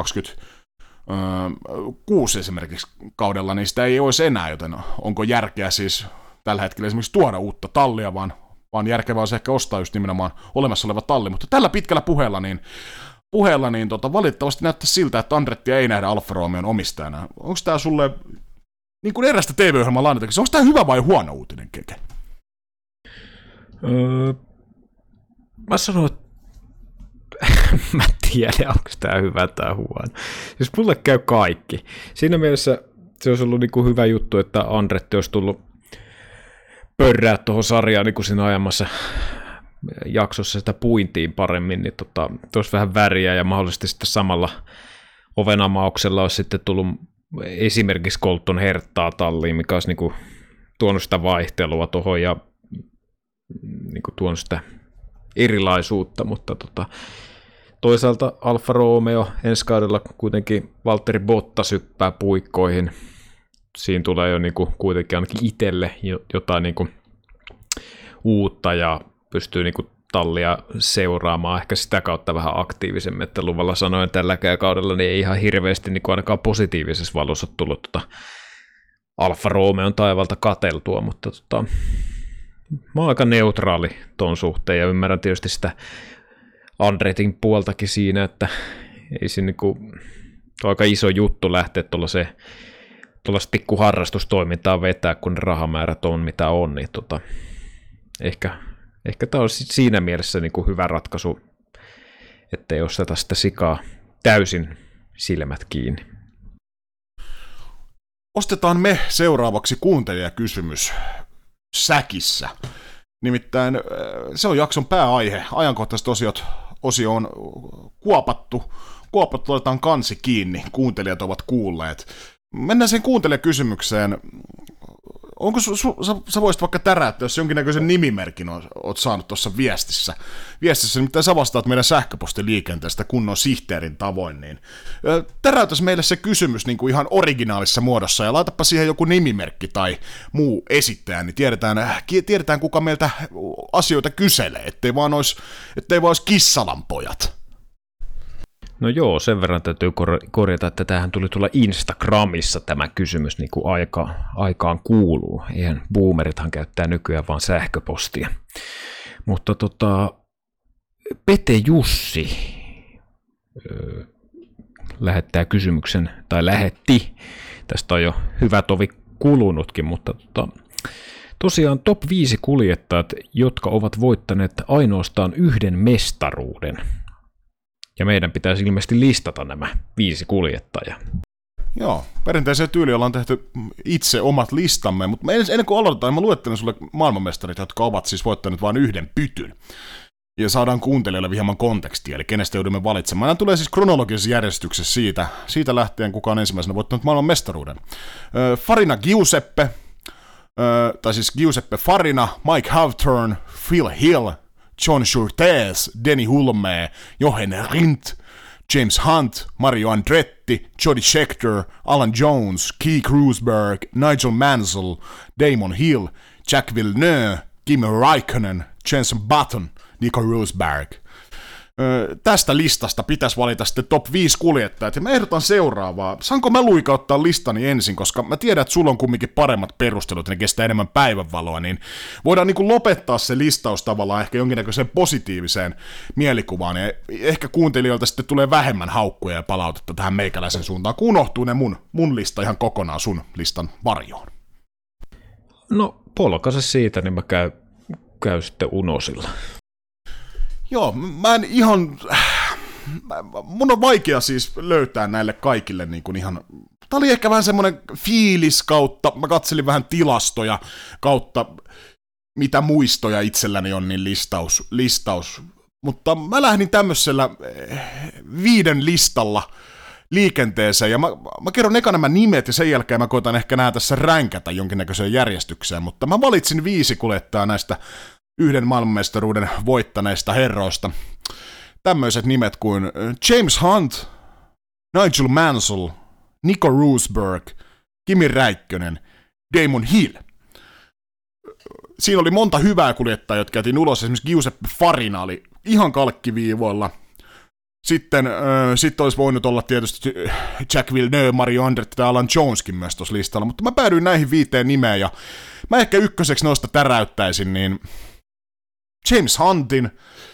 kaksituhattakaksikymmentäkuusi esimerkiksi kaudella, niin sitä ei olisi enää, joten onko järkeä siis tällä hetkellä esimerkiksi tuoda uutta tallia, vaan, vaan järkevää olisi ehkä ostaa just nimenomaan olemassa oleva talli. Mutta tällä pitkällä puheella, niin, puheella, niin tota, valitettavasti näyttää siltä, että Andrettia ei nähdä Alfa Romeon omistajana. Onko tämä sulle, niin kuin erästä T V-ohjelman lainatakin, onko tämä hyvä vai huono uutinen, Keke? Öö, mä sanon, että mä en tiedä, onko tämä hyvä tai huono. Siis mulle käy kaikki. Siinä mielessä se olisi ollut niinku hyvä juttu, että Andretti olisi tullut pörrää tuohon sarjaan niin kuin siinä ajamassa jaksossa sitä puintiin paremmin, niin tota, olisi vähän väriä ja mahdollisesti sitten samalla Ovenamauksella olisi sitten tullut esimerkiksi Colton Hertaa talliin, mikä olisi niin kuin tuonut sitä vaihtelua tuohon ja niin kuin tuonut sitä erilaisuutta, mutta tota, toisaalta Alfa Romeo ensi kaudella kuitenkin Valtteri Bottas hyppää puikkoihin. Siinä tulee jo niin kuin kuitenkin ainakin itselle jotain niin kuin uutta ja pystyy niin kuin tallia seuraamaan ehkä sitä kautta vähän aktiivisemmin, että luvalla sanoen tälläkään kaudella niin ei ihan hirveästi niin kuin ainakaan positiivisessa valossa tullut tuota Alfa Romeon taivalta kateltua, mutta tota, mä oon aika neutraali ton suhteen ja ymmärrän tietysti sitä Andretin puoltakin siinä, että ei se niinku, aika iso juttu lähteä tuollaiseen tuollaista pikku harrastustoimintaa vetää, kun rahamäärät on mitä on, niin tota, ehkä, ehkä tämä on siinä mielessä niinku hyvä ratkaisu, ettei osteta sitä sikaa täysin silmät kiinni. Ostetaan me seuraavaksi kuuntelijakysymys säkissä. Nimittäin se on jakson pääaihe. Ajankohtaiset osiot, osio on kuopattu. Kuopattu otetaan kansi kiinni. Kuuntelijat ovat kuulleet. Mennään siihen kuuntelijakysymykseen. Onko su, su, sä, sä voisit vaikka täräyttää, jos jonkinnäköisen nimimerkin oot, oot saanut tuossa viestissä. Viestissä nimittäin sä vastaat meidän sähköpostiliikenteestä kunnon sihteerin tavoin, niin täräytäs meille se kysymys niin kuin ihan originaalissa muodossa ja laitapa siihen joku nimimerkki tai muu esittäjä, niin tiedetään, tiedetään kuka meiltä asioita kyselee, ettei vaan olisi, ettei vaan olisi kissalanpojat. No joo, sen verran täytyy korjata, että tämähän tuli tulla Instagramissa tämä kysymys, niin kuin aika, aikaan kuuluu. Eihän boomerithan käyttää nykyään vaan sähköpostia. Mutta tota, Pete Jussi öö, lähettää kysymyksen, tai lähetti, tästä on jo hyvä tovi kulunutkin, mutta tota, tosiaan top viisi kuljettajat, jotka ovat voittaneet ainoastaan yhden mestaruuden. Ja meidän pitäisi ilmeisesti listata nämä viisi kuljettajaa. Joo, perinteiseen tyyliin ollaan tehty itse omat listamme, mutta ennen kuin aloitetaan, mä luettelen sulle maailmanmestarit, jotka ovat siis voittaneet vain yhden pytyn. Ja saadaan kuuntelijoille hieman kontekstia, eli kenestä joudumme valitsemaan. Nämä tulee siis kronologisessa järjestyksessä siitä, siitä lähtien, kuka on ensimmäisenä voittanut maailmanmestaruuden. Farina Giuseppe, tai siis Giuseppe Farina, Mike Hawthorne, Phil Hill, John Surtees, Denny Hulme, Jochen Rindt, James Hunt, Mario Andretti, Jody Scheckter, Alan Jones, Keith Roosberg, Nigel Mansell, Damon Hill, Jack Villeneuve, Kimi Räikkönen, Jenson Button, Nico Rosberg. Öö, tästä listasta pitäisi valita sitten top viisi kuljettajat, ja mä ehdotan seuraavaa. Saanko mä luikauttaa listani ensin, koska mä tiedän, että sulla on kumminkin paremmat perustelut, ja ne kestää enemmän päivänvaloa, niin voidaan niin kuin lopettaa se listaus tavallaan ehkä jonkinnäköiseen positiiviseen mielikuvaan, ja ehkä kuuntelijoilta sitten tulee vähemmän haukkuja ja palautetta tähän meikäläisen suuntaan, kun unohtuu ne mun, mun lista ihan kokonaan sun listan varjoon. No, polkaise siitä, niin mä käyn, käyn sitten Unosilla. Joo, mä en ihan, mun on vaikea siis löytää näille kaikille niin kuin ihan, tää oli ehkä vähän semmonen fiilis kautta, mä katselin vähän tilastoja kautta, mitä muistoja itselläni on, niin listaus, listaus. Mutta mä lähdin tämmöisellä viiden listalla liikenteeseen, ja mä, mä kerron eka nämä nimet, ja sen jälkeen mä koitan ehkä nää tässä ränkätä jonkinnäköiseen järjestykseen, mutta mä valitsin viisi kuljettajaa näistä yhden maailmanmestaruuden voittaneista herroista. Tämmöiset nimet kuin James Hunt, Nigel Mansell, Nico Rosberg, Kimi Räikkönen, Damon Hill. Siinä oli monta hyvää kuljettajaa, jotka käytiin ulos. Esimerkiksi Giuseppe Farina oli ihan kalkkiviivoilla. Sitten, äh, sitten olisi voinut olla tietysti Jack Villeneuve, Mario Andretti ja Alan Joneskin myös tuossa listalla, mutta mä päädyin näihin viiteen nimeen, ja mä ehkä ykköseksi noista täräyttäisin, niin James Huntin,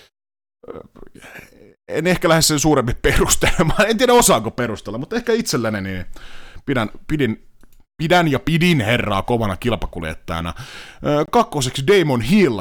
en ehkä lähde sen suuremmin perustelemaan, en tiedä osaanko perustella, mutta ehkä itselläni niin pidän, pidin, pidän ja pidin herraa kovana kilpakuljettajana. Kakkoseksi Damon Hill,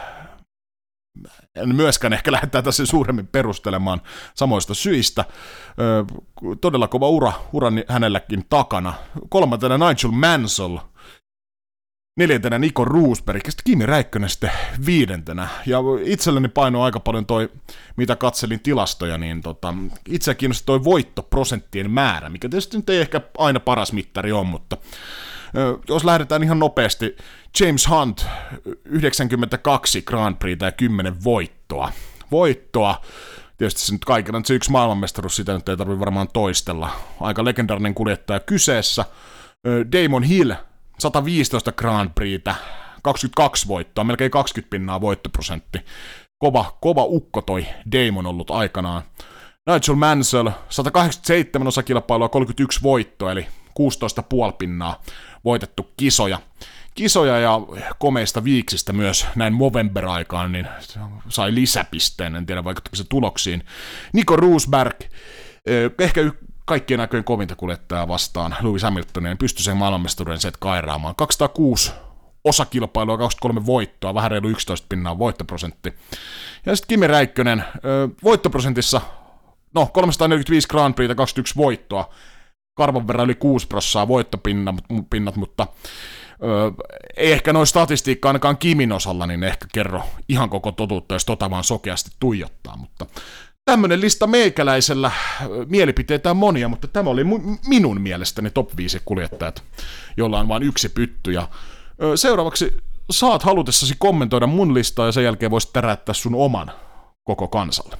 en myöskään ehkä lähdetään tässä suuremmin perustelemaan samoista syistä. Todella kova ura, ura hänelläkin takana. Kolmantena Nigel Mansell. neljäntenä Nico Rosberg, ja sitten Kimi Räikkönen sitten viidentenä. Ja itselleni painoi aika paljon toi, mitä katselin tilastoja, niin tota, itseä kiinnosti toi voittoprosenttien määrä, mikä tietysti nyt ei ehkä aina paras mittari on, mutta ö, jos lähdetään ihan nopeasti, James Hunt, yhdeksänkymmentäkaksi Grand Prixtä ja kymmenen voittoa. Voittoa. Tietysti se nyt kaikena se yksi maailmanmestaruus, sitä nyt ei tarvitse varmaan toistella. Aika legendaarinen kuljettaja kyseessä. Damon Hill, sata viisitoista Grand Prixtä, kaksikymmentäkaksi voittoa, melkein kaksikymmentä pinnaa voittoprosentti. Kova, kova ukko toi Damon ollut aikanaan. Nigel Mansell, sata kahdeksankymmentäseitsemän osakilpailua, kolmekymmentäyksi voittoa, eli kuusitoista pilkku viisi pinnaa voitettu kisoja. Kisoja ja komeista viiksistä myös näin Movember-aikaan, niin sai lisäpisteen, en tiedä vaikuttiko se tuloksiin. Nico Rosberg, ehkä kaikkien aikojen kovinta kuljettajaa vastaan Lewis Hamiltonin, pystyi sen maailmanmestaruuden set kairaamaan. kaksisataakuusi osakilpailua, kaksikymmentäkolme voittoa, vähän reilu yksitoista pinnaa voittoprosentti. Ja sitten Kimi Räikkönen, voittoprosentissa, no kolmesataaneljäkymmentäviisi Grand Prixtä, kaksikymmentäyksi voittoa, karvan verran yli kuusi prosenttia voittopinnat, mutta Öö, ei ehkä noin statistiikka ainakaan Kimin osalla, niin ehkä kerro ihan koko totuutta, jos tota vaan sokeasti tuijottaa, mutta tämmönen lista meikäläisellä, mielipiteitä on monia, mutta tämä oli mu- minun mielestäni top viisi kuljettajat, jolla on vain yksi pytty, ja öö, seuraavaksi saat halutessasi kommentoida mun listaa, ja sen jälkeen voisit täräyttää sun oman koko kansalle.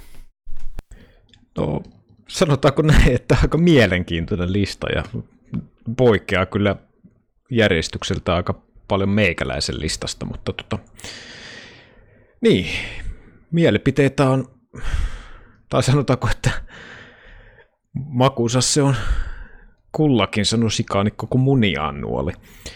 No, sanotaanko näin, että aika mielenkiintoinen lista, ja poikkeaa kyllä järjestykseltä aika paljon meikäläisen listasta, mutta tota, niin, mielipiteitä on, tai sanotaanko, että makuunsa se on kullakin, sanoi sikaanikko kuin muniaan nuoli.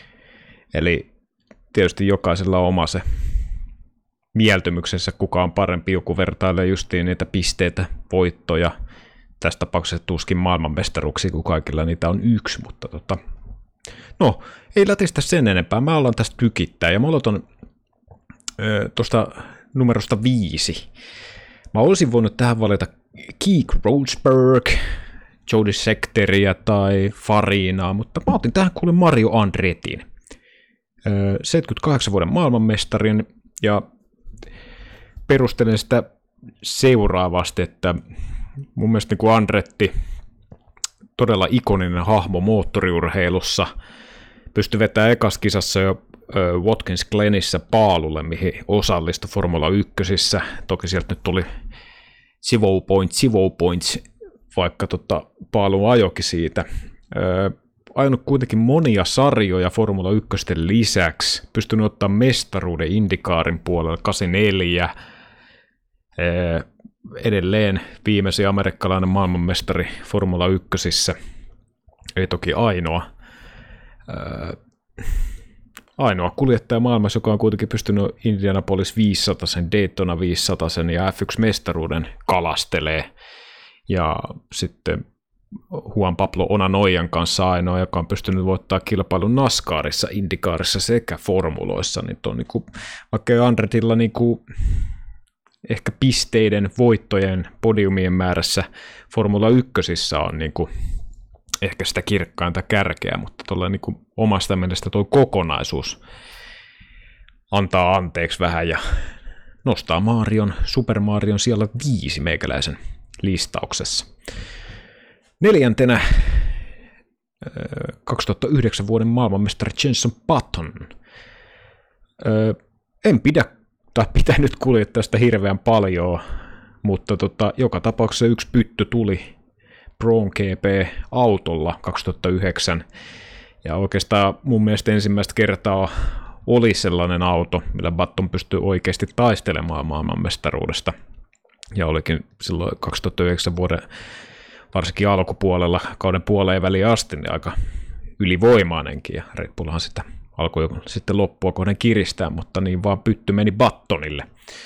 Eli tietysti jokaisella on oma se mieltymyksensä, kuka on parempi, joku vertailee justiin niitä pisteitä, voittoja, tässä tapauksessa tuskin maailmanmestaruuksia, kun kaikilla niitä on yksi, mutta tota, no, ei lätistä sen enempää. Mä ollaan tästä tykittää, ja mä aloitan tuosta numerosta viisi. Mä olisin voinut tähän valita Keek Rosberg, Jody Schechteria tai Farinaa, mutta mä otin tähän kuule Mario Andretin. seitsemänkymmentäkahdeksan vuoden maailmanmestarin, ja perustelen sitä seuraavasti, että mun mielestä niin kuin Andretti, todella ikoninen hahmo moottoriurheilussa, pystyi vetämään ekas kisassa jo Watkins Glenissä paalulle, mihin osallistui Formula ykkösissä. Toki sieltä nyt tuli sivu points, sivu points, vaikka tota, paalu ajokin siitä. Ö, ajanut kuitenkin monia sarjoja Formula ykkösten lisäksi, pystynyt ottaa mestaruuden Indikaarin puolella kahdeksankymmentäneljä. Ö, edelleen viimeisin amerikkalainen maailmanmestari Formula ykkösissä, ei toki ainoa. Ää, ainoa kuljettaja maailmassa, joka on kuitenkin pystynyt Indianapolis viisisataa, Daytona viisisataa ja F yksi mestaruuden kalastelee. Ja sitten Juan Pablo Onanoian kanssa ainoa, joka on pystynyt voittaa kilpailun NASCARissa, Indikaarissa sekä formuloissa. Niin on niinku, vaikka ei Andretilla niinku ehkä pisteiden, voittojen, podiumien määrässä Formula ykkösissä on niinku ehkä sitä kirkkainta kärkeä, mutta tuolla niinku omasta mielestä tuo kokonaisuus antaa anteeksi vähän ja nostaa Marion, Super Marion siellä viisi meikäläisen listauksessa. Neljäntenä kaksituhattayhdeksän vuoden maailmanmestari Jenson Button. En pidä tai pitänyt kuljettaa sitä hirveän paljon, mutta tota, joka tapauksessa yksi pyttö tuli Braun G P-autolla kaksituhattayhdeksän, ja oikeastaan mun mielestä ensimmäistä kertaa oli sellainen auto, millä Button pystyi oikeasti taistelemaan maailmanmestaruudesta, ja olikin silloin kaksituhattayhdeksän vuoden varsinkin alkupuolella, kauden puoleen väliin asti, niin aika ylivoimainenkin, ja Red Bullhan sitä alkoi sitten loppua kohden kiristää, mutta niin vaan pytty meni Buttonille.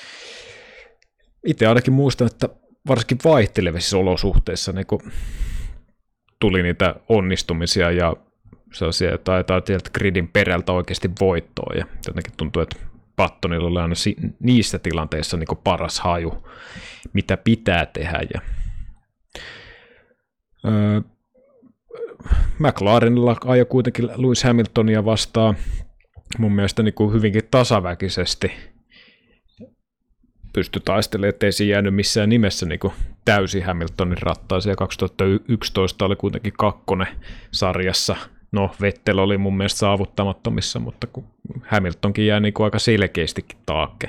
Itse ainakin muistan, että varsinkin vaihtelevissa olosuhteissa niin kun tuli niitä onnistumisia ja sellaisia, taitaa tieltä gridin perältä oikeasti voittoa, ja jotenkin tuntuu, että Buttonilla oli aina niissä tilanteissa niin paras haju, mitä pitää tehdä. Ja öö, McLarenilla ajoi kuitenkin Lewis Hamiltonia vastaan mun mielestä niin kuin hyvinkin tasaväkisesti pystyi taistelemaan, ettei siinä jäänyt missään nimessä niin kuin täysin Hamiltonin rattaisiin, ja kaksituhattayksitoista oli kuitenkin kakkonen sarjassa. No, Vettel oli mun mielestä saavuttamattomissa, mutta kun Hamiltonkin jäi niin kuin aika selkeästikin taakke.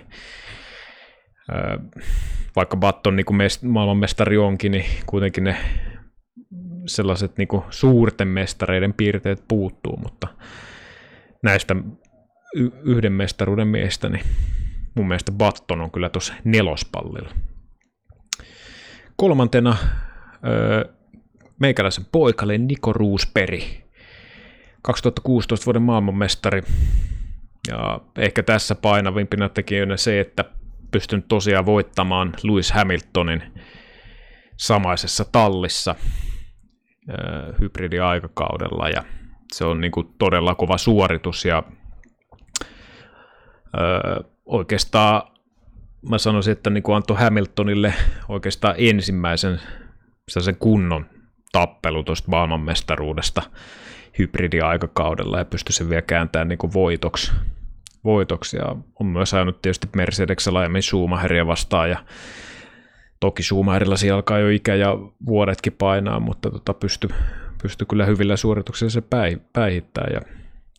Vaikka Button niin kuin maailmanmestari onkin, niin kuitenkin ne sellaiset niin kuin suurten mestareiden piirteet puuttuu, mutta näistä y- yhden mestaruuden miehistä, niin mun mielestä Button on kyllä tuossa nelospallilla. Kolmantena öö, meikäläisen poikalle Nico Rosberg, kaksituhattakuusitoista vuoden maailmanmestari, ja ehkä tässä painavimpina tekijöinä se, että pystyn tosiaan voittamaan Lewis Hamiltonin samaisessa tallissa öö, hybridiaikakaudella, ja se on niin kuin todella kova suoritus, ja öö, oikeastaan mä sanoisin, että niin kuin antoi Hamiltonille oikeastaan ensimmäisen sen kunnon tappelu tuosta maailmanmestaruudesta hybridiaikakaudella, ja pystyi sen vielä kääntämään niin kuin voitoksi. voitoksi. Ja on myös ajanut tietysti Mercedeksellä aiemmin Schumacheria vastaan, ja toki Schumacherilla siellä alkaa jo ikä ja vuodetkin painaa, mutta tota pystyi pysty kyllä hyvillä suorituksilla se päi, päihittämään. Ja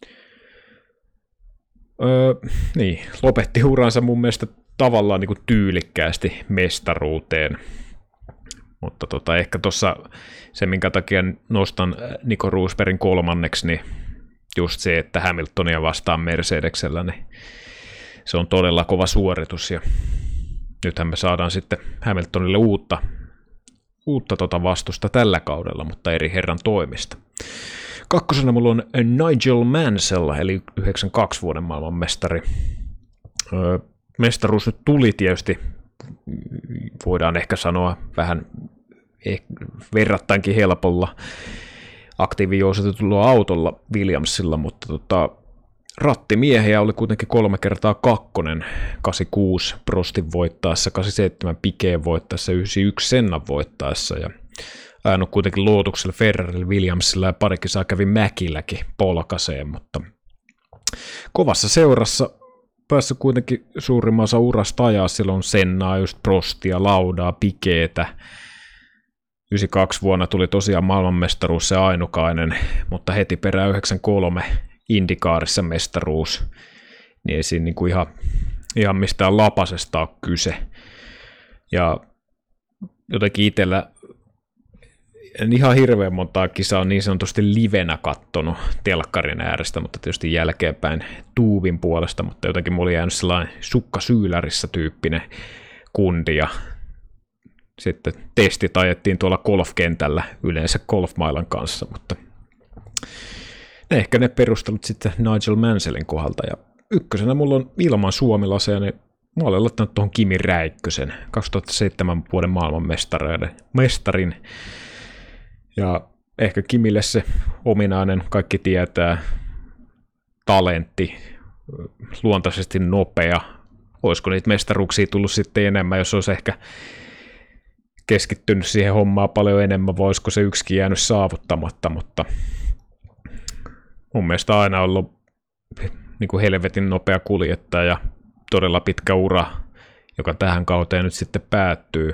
Öö, niin, lopetti uransa mun mielestä tavallaan niin kuin tyylikkäästi mestaruuteen, mutta tota, ehkä tuossa se, minkä takia nostan Nico Rosbergin kolmanneksi, niin just se, että Hamiltonia vastaan Mercedeksellä, niin se on todella kova suoritus, ja nythän me saadaan sitten Hamiltonille uutta, uutta tota vastusta tällä kaudella, mutta eri herran toimista. Kakkosena mulla on Nigel Mansell, eli yhdeksänkymmentäkaksi vuoden maailmanmestari. Öö, mestaruus nyt tuli tietysti, voidaan ehkä sanoa vähän eh, verrattainkin helpolla aktiivijousetetulla autolla Williamsilla, mutta tota, rattimiehiä oli kuitenkin kolme kertaa kakkonen, kahdeksankymmentäkuusi Prostin voittaessa, kahdeksankymmentäseitsemän Pikeen voittaessa, yhdeksänkymmentäyksi Sennan voittaessa, ja ajanut kuitenkin Lotuksella, Ferrarilla, Williamsilla ja pari kisaa kävi Mäkilläkin polkaseen, mutta kovassa seurassa päässä kuitenkin suurimman osa urasta ajaa, silloin Sennaa, just Prostia, Laudaa, Pikeetä. yhdeksänkymmentäkaksi vuonna tuli tosiaan maailmanmestaruus se ainukainen, mutta heti perään yhdeksänkymmentäkolme Indikaarissa mestaruus, niin ei siinä niinku ihan, ihan mistään lapasesta ole kyse. Ja jotenkin itsellä en ihan hirveän montaa kisaa niin sanotusti livenä kattonut telkkarin äärestä, mutta tietysti jälkeenpäin tuubin puolesta, mutta jotenkin mulla oli jäänyt sellainen sukkasyylärissa tyyppinen kundi, ja sitten testit ajettiin tuolla golfkentällä yleensä golfmailan kanssa, mutta ne ehkä ne perustelut sitten Nigel Mansellin kohdalta, ja ykkösenä mulla on ilman suomilaseja, niin mä olen laittanut tuohon Kimi Räikkösen, kaksituhattaseitsemän vuoden maailmanmestarin, ja ehkä Kimille se ominainen, kaikki tietää, talentti, luontaisesti nopea. Olisiko niitä mestaruuksia tullut sitten enemmän, jos olisi ehkä keskittynyt siihen hommaan paljon enemmän, voisiko se yksikin jäänyt saavuttamatta, mutta mun mielestä aina ollut niin kuin helvetin nopea kuljettaja ja todella pitkä ura, joka tähän kauteen nyt sitten päättyy.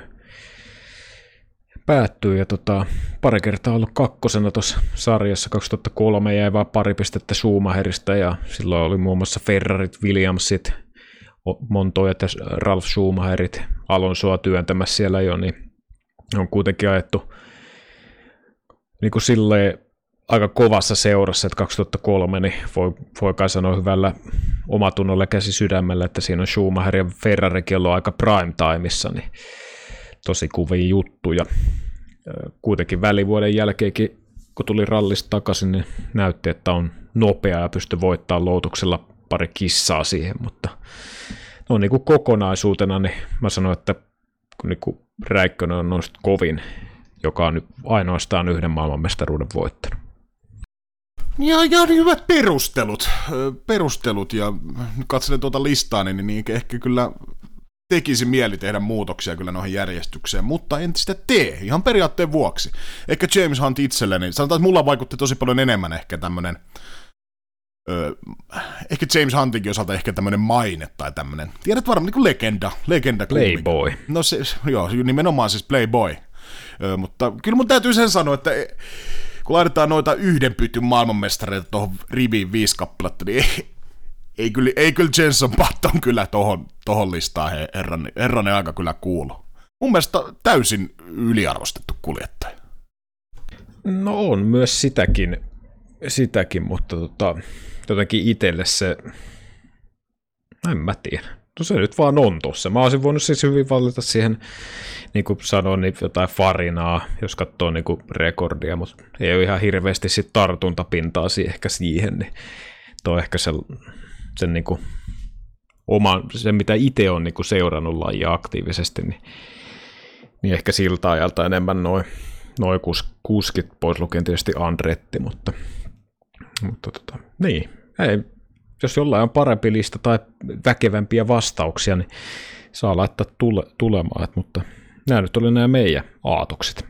Päättyy ja tota, pari kertaa ollut kakkosena tuossa sarjassa, kaksituhattakolme jäi vaan pari pistettä Schumacherista, ja silloin oli muun muassa Ferrarit, Williamsit, Montoyat ja Ralf Schumacherit Alonsoa työntämässä siellä jo, niin on kuitenkin ajettu niin kuin silleen aika kovassa seurassa, että kaksituhattakolme niin voi, voi kai sanoa hyvällä omatunnolla käsi sydämellä, että siinä on Schumacher ja Ferrarikin ollut aika prime timeissa, niin tosi kuvia juttuja. Kuitenkin välivuoden jälkeenkin, kun tuli rallista takaisin, niin näytti, että on nopea ja pystyi voittamaan Lotuksella pari kissaa siihen, mutta no niin kuin kokonaisuutena, niin mä sanoin, että kun niin kuin Räikkönen on noista kovin, joka on nyt ainoastaan yhden maailmanmestaruuden voittanut. Ja, ja niin hyvät perustelut, perustelut ja katselen tuota listaa, niin, niin ehkä kyllä tekisi mieli tehdä muutoksia kyllä noihin järjestykseen, mutta en sitä tee, ihan periaatteen vuoksi. Ehkä James Hunt itselleni, sanotaan, että mulla vaikutti tosi paljon enemmän ehkä tämmönen Öö, ehkä James Huntingin osalta ehkä tämmöinen maine tai tämmöinen, tiedät varmaan niin kuin legenda, legenda Playboy. No se, joo, nimenomaan siis Playboy, öö, mutta kyllä mun täytyy sen sanoa, että kun laitetaan noita yhden pytyn maailmanmestareita tuohon riviin viisi kappaletta, niin ei, ei, kyllä, ei kyllä Jenson Button kyllä tohon, tohon listaan he, herran, herranen aika kyllä kuulu. Mun mielestä täysin yliarvostettu kuljettaja. No on myös sitäkin, sitäkin mutta tota, jotenkin itselle se, en mä tiedä. No se nyt vaan on tossa. Mä olisin voinut siis hyvin valita siihen, niin kuin sanoin, niin jotain farinaa, jos katsoo niin kuin rekordia, mutta ei ole ihan hirveästi sit tartuntapintaa ehkä siihen, niin tuo ehkä se, sen niin kuin oma, se mitä itse on niin kuin seurannut lajia aktiivisesti, niin, niin ehkä siltä ajalta enemmän noin noi kuusikymmentä pois lukien tietysti Andretti, mutta, mutta tota, niin, ei. Jos jollain on parempi lista tai väkevämpiä vastauksia, niin saa laittaa tule, tulemaan, mutta nämä nyt oli nämä meidän aatokset.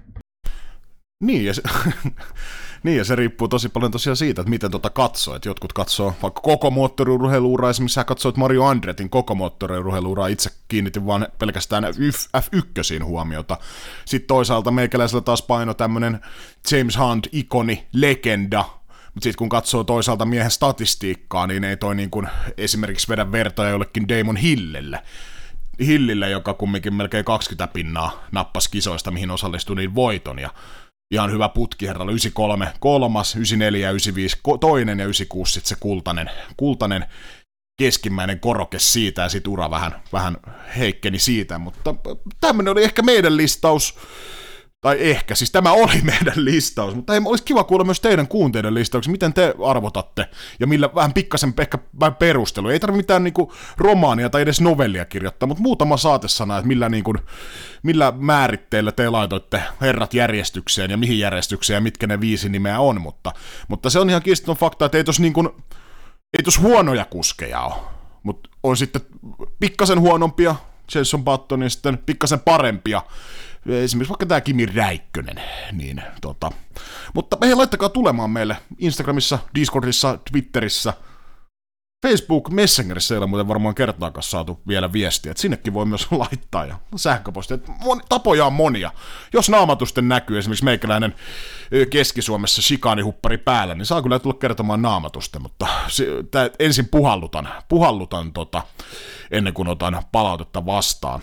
Niin ja, se, niin, ja se riippuu tosi paljon tosiaan siitä, että miten tuota katsoo. Että jotkut katsoo vaikka koko moottoriurheiluuraa, esimerkiksi sä katsoit Mario Andretin koko moottoriurheiluuraa, itse kiinnitin vaan pelkästään F yksi huomiota. Sitten toisaalta meikäläisellä taas paino tämmönen James Hunt, ikoni, legenda. Mutta sitten kun katsoo toisaalta miehen statistiikkaa, niin ei toi niin kuin esimerkiksi vedä vertoja jollekin Damon Hillille. Hillille, joka kumminkin melkein kaksikymmentä pinnaa nappasi kisoista, mihin osallistui niin voiton. Ja ihan hyvä putki herralla, yhdeksänkymmentäkolme kolmas, yhdeksänkymmentäneljä, yhdeksänkymmentäviisi toinen ja yhdeksänkymmentäkuusi sitten se kultainen, kultainen keskimmäinen koroke siitä, ja sitten ura vähän, vähän heikkeni siitä. Mutta tämmöinen oli ehkä meidän listaus. Tai ehkä, siis tämä oli meidän listaus, mutta ei, olisi kiva kuulla myös teidän kuunteiden listauksia, miten te arvotatte, ja millä vähän pikkasen ehkä perustelu. Ei tarvitse mitään niinku romaania tai edes novellia kirjoittaa, mutta muutama saatesana, että millä, niinku, millä määritteillä te laitoitte herrat järjestykseen, ja mihin järjestykseen, ja mitkä ne viisi nimeä on, mutta, mutta se on ihan kiistaton fakta, että ei tos, niinku, ei tos huonoja kuskeja ole, mutta on sitten pikkasen huonompia, Jenson Button, ja sitten pikkasen parempia, esimerkiksi vaikka tämä Kimi Räikkönen, niin tota. Mutta hei, laittakaa tulemaan meille Instagramissa, Discordissa, Twitterissä, Facebook, Messengerissä ei ole muuten varmaan kertaakaan saatu vielä viestiä, että sinnekin voi myös laittaa ja sähköpostia. Tapoja on monia. Jos naamatusten näkyy esimerkiksi meikäläinen Keski-Suomessa shikaanihuppari päällä, niin saa kyllä tulla kertomaan naamatusten, mutta tää, ensin puhallutan, puhallutan tota, ennen kuin otan palautetta vastaan.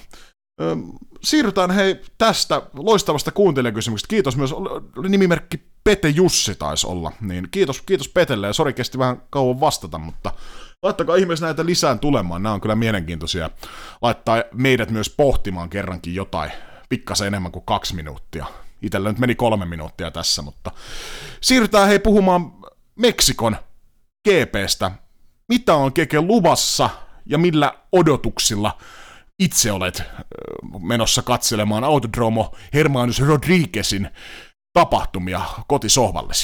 Siirrytään hei tästä loistavasta kuuntelijakysymyksestä. Kiitos myös, nimimerkki Pete Jussi taisi olla. Niin kiitos, kiitos Petelle ja sori kesti vähän kauan vastata, mutta laittakaa ihmeessä näitä lisään tulemaan. Nämä on kyllä mielenkiintoisia. Laittaa meidät myös pohtimaan kerrankin jotain pikkasen enemmän kuin kaksi minuuttia. Itellä nyt meni kolme minuuttia tässä, mutta siirrytään hei puhumaan Meksikon G P:stä. Mitä on Keke luvassa ja millä odotuksilla itse olet menossa katselemaan Autodromo Hermanus Rodriguezin tapahtumia kotisohvallesi?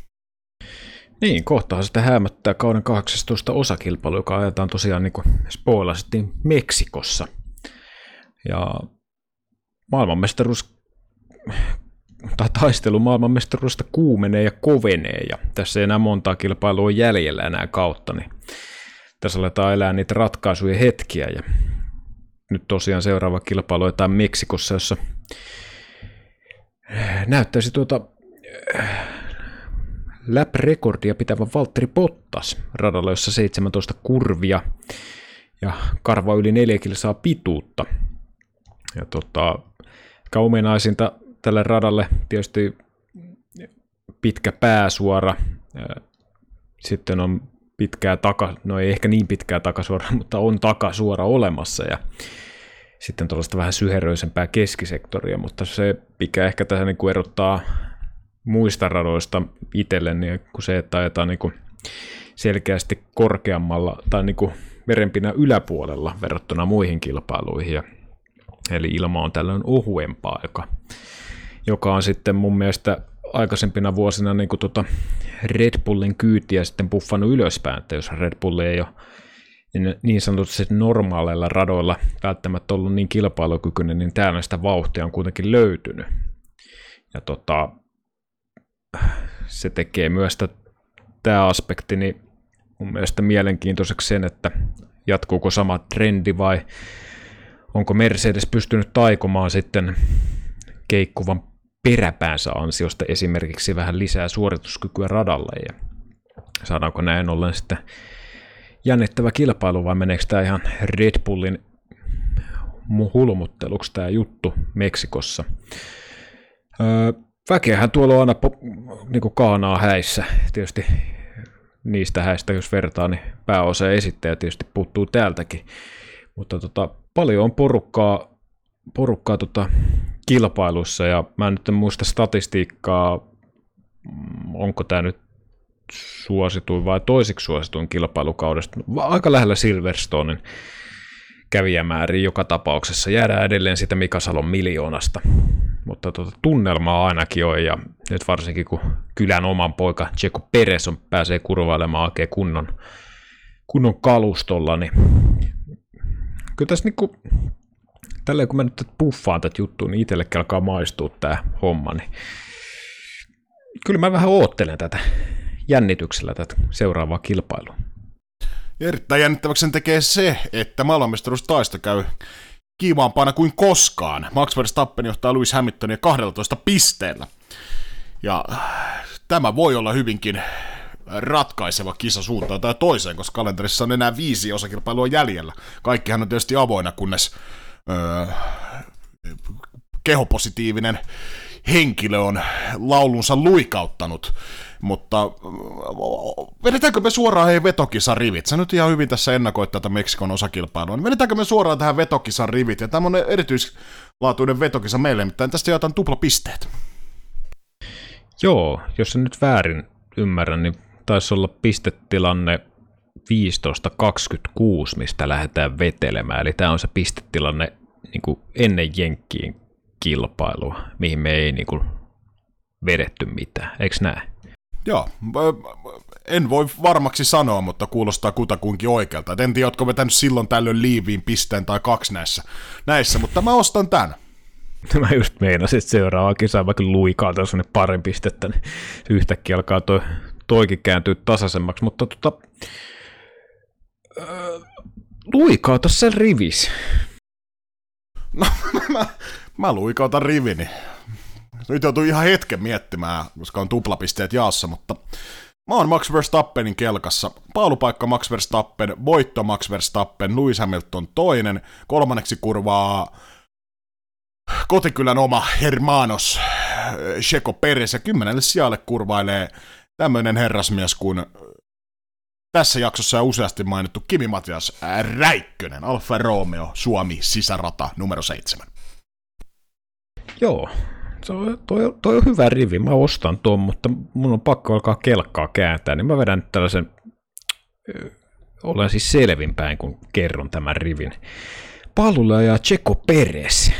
Niin, kohtahan sitä häämöttää kauden kahdeksastoista osakilpailu, joka ajetaan tosiaan, niin kuin spoilasittiin, Meksikossa. Ja maailmanmestaruus, tai taistelu maailmanmestaruudesta kuumenee ja kovenee, ja tässä ei enää montaa kilpailua jäljellä enää kautta, niin tässä aletaan elää niitä ratkaisuja hetkiä, ja nyt tosiaan seuraava kilpailu on Meksikossa, jossa näyttäisi tuota lap-rekordia pitävä Valtteri Bottas radalla, jossa seitsemäntoista kurvia ja karva yli neljä kilsaa pituutta. Ja tota, ominaisinta tälle radalle tietysti pitkä pääsuora, sitten on pitkää taka, no ei ehkä niin pitkää takasuoraa, mutta on takasuora olemassa ja sitten tuollaista vähän syheröisempää keskisektoria, mutta se mikä ehkä tässä niin kuin erottaa muista radoista itselle, niin kuin se, että ajetaan niin kuin selkeästi korkeammalla tai niin kuin merenpinnan yläpuolella verrattuna muihin kilpailuihin. Ja, eli ilma on tällöin ohuempaa, joka, joka on sitten mun mielestä aikaisempina vuosina niin kuin tuota Red Bullin kyytiä sitten puffannut ylöspäin, että jos Red Bull ei ole niin sanotusti normaaleilla radoilla välttämättä ollut niin kilpailukykyinen, niin täällä sitä vauhtia on kuitenkin löytynyt. Ja tota, se tekee myös tämä aspekti niin mun mielestä mielenkiintoiseksi sen, että jatkuuko sama trendi vai onko Mercedes pystynyt taikomaan sitten keikkuvan peräpäänsä ansiosta esimerkiksi vähän lisää suorituskykyä radalle ja saadaanko näin ollen sitten jännittävä kilpailu vai meneekö tämä ihan Red Bullin hulmutteluksi tämä juttu Meksikossa. Öö, väkeähän tuolla on aina po- niinku kaanaa häissä. Tietysti niistä häistä, jos vertaa, niin pääosa esittäjä tietysti puuttuu täältäkin. Mutta tota, paljon on porukkaa, porukkaa tota kilpailussa ja mä en nyt en muista statistiikkaa, onko tämä nyt suosituin vai toisiksi suosituin kilpailukaudesta. Aika lähellä Silverstonen kävijämääriin joka tapauksessa. Jäädään edelleen sitä Mika Salon miljoonasta. Mutta tuota, tunnelmaa ainakin on, ja nyt varsinkin kun kylän oman poika Checo Perez on, pääsee kurvailemaan oikein kunnon, kunnon kalustolla, niin kyllä tässä niinku, tälleen kun mä nyt puffaan tätä juttua, niin itsellekin alkaa maistua tämä homma, niin kyllä mä vähän oottelen tätä jännityksellä tätä seuraavaa kilpailua. Erittäin jännittäväksi sen tekee se, että maailmanmestaruustaisto käy kiivaampana kuin koskaan. Max Verstappen johtaa Lewis Hamiltonia kaksitoista pisteellä. Ja tämä voi olla hyvinkin ratkaiseva kisa suuntaan tai toiseen, koska kalenterissa on enää viisi osakilpailua jäljellä. Kaikkihan on tietysti avoinna, kunnes öö, kehopositiivinen henkilö on laulunsa luikauttanut. Mutta vedetäänkö me suoraan hei vetokisan rivit? Sä nyt ihan hyvin tässä ennakoit tätä Meksikon osakilpailua. Niin vedetäänkö me suoraan tähän vetokisan rivit? Ja tämä on erityislaatuinen vetokisa meille, mutta tästä jaetaan tuplapisteet. Joo, jos en nyt väärin ymmärrän, niin taisi olla pistetilanne viisitoista kaksikymmentäkuusi, mistä lähdetään vetelemään. Eli tämä on se pistetilanne niin kuin ennen Jenkkien kilpailua, mihin me ei niin kuin vedetty mitään. Eikö näin? Joo, en voi varmaksi sanoa, mutta kuulostaa kutakuinkin oikealta. Et en tiedä, ootko vetänyt silloin tällöin liiviin pisteen tai kaksi näissä, näissä mutta mä ostan tän. Mä just meinasin, että seuraava kisa vaikka luikaa tai sellainen pari pistettä, niin yhtäkkiä alkaa toi, toikin kääntyä tasaisemmaksi, mutta tota, äh, luikaa tuossa sen rivis. No mä, mä luikautan rivini. Nyt joutuu ihan hetken miettimään, koska on tuplapisteet jaossa, mutta mä oon Max Verstappenin kelkassa. Paalupaikka Max Verstappen, voitto Max Verstappen, Lewis Hamilton toinen, kolmanneksi kurvaa kotikylän oma Hermanos Checo Perez ja kymmenelle sijalle kurvailee tämmöinen herrasmies kuin tässä jaksossa on useasti mainittu Kimi Matias Räikkönen, Alfa Romeo, Suomi, sisärata numero seitsemän. Joo. Se on, toi, toi on hyvä rivi, mä ostan tuon, mutta mun on pakko alkaa kelkkaa kääntää, niin mä vedän nyt tällaisen, ö, olen siis selvinpäin, kun kerron tämän rivin. Paalulle ajaa Checo Perez.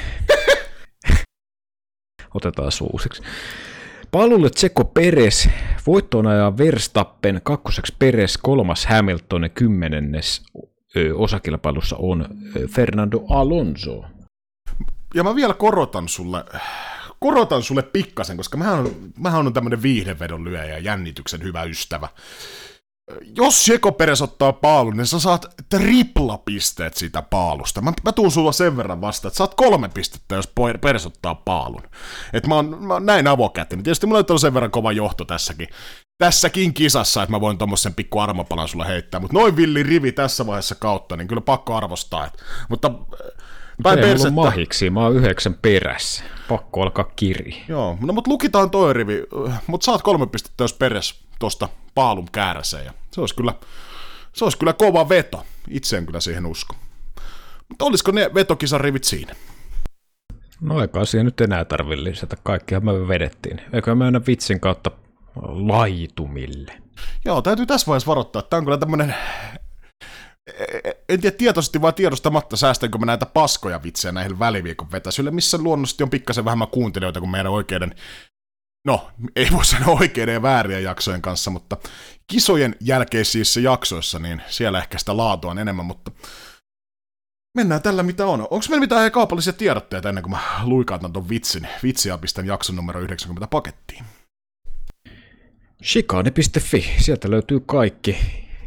Otetaan uusiksi. Paalulle Checo Perez, voittoon ajaa Verstappen, kakkoseksi Perez, kolmas Hamilton ja kymmenennes ö, osakilpailussa on ö, Fernando Alonso. Ja mä vielä korotan sulle... Korotan sulle pikkasen, koska mähän on, mähän on tämmönen viihdevedon lyöjä ja jännityksen hyvä ystävä. Jos Checo Perez ottaa paalun, niin sä saat triplapisteet siitä paalusta. Mä, mä tuun sulla sen verran vasta, että saat kolme pistettä, jos Perez ottaa paalun. Et mä oon, mä oon näin avokätinen. Tietysti mulla on sen verran kova johto tässäkin. Tässäkin kisassa, että mä voin tommosen pikku armopalan sulle heittää. Mutta noin villi rivi tässä vaiheessa kautta, niin kyllä pakko arvostaa. Et, mutta... Päin ei persettä. Ollut mahiksi, mä oon yhdeksän perässä. Pakko alkaa kiri. Joo, no mut lukitaan toi rivi. Mut saat kolme pistettä, jos Peres tosta paalun kääräseen. Ja se olisi kyllä, se olisi kyllä kova veto. Itse en kyllä siihen usko. Mutta olisiko ne vetokisan rivit siinä? No eikä siihen nyt enää tarvitse lisätä. Kaikkihan me vedettiin. Eikö me mennä vitsin kautta laitumille? Joo, täytyy tässä vaiheessa varoittaa, että tää on kyllä tämmönen... En tiedä tietoisesti vai tiedostamatta säästänkö mä näitä paskoja vitsejä näihin väliviikon vetäisille, missä luonnollisesti on pikkasen vähemmän kuuntelijoita kuin meidän oikeiden, no ei voi sanoa oikeiden ja väärien jaksojen kanssa, mutta kisojen jälkeisissä jaksoissa, niin siellä ehkä sitä laatua on enemmän, mutta mennään tällä mitä on. Onko meillä mitään kaupallisia tiedotteita ennen kuin mä luikautan ton vitsin, vitsiä pistän jakson numero yhdeksänkymmentä pakettiin? Chicane piste fi, sieltä löytyy kaikki.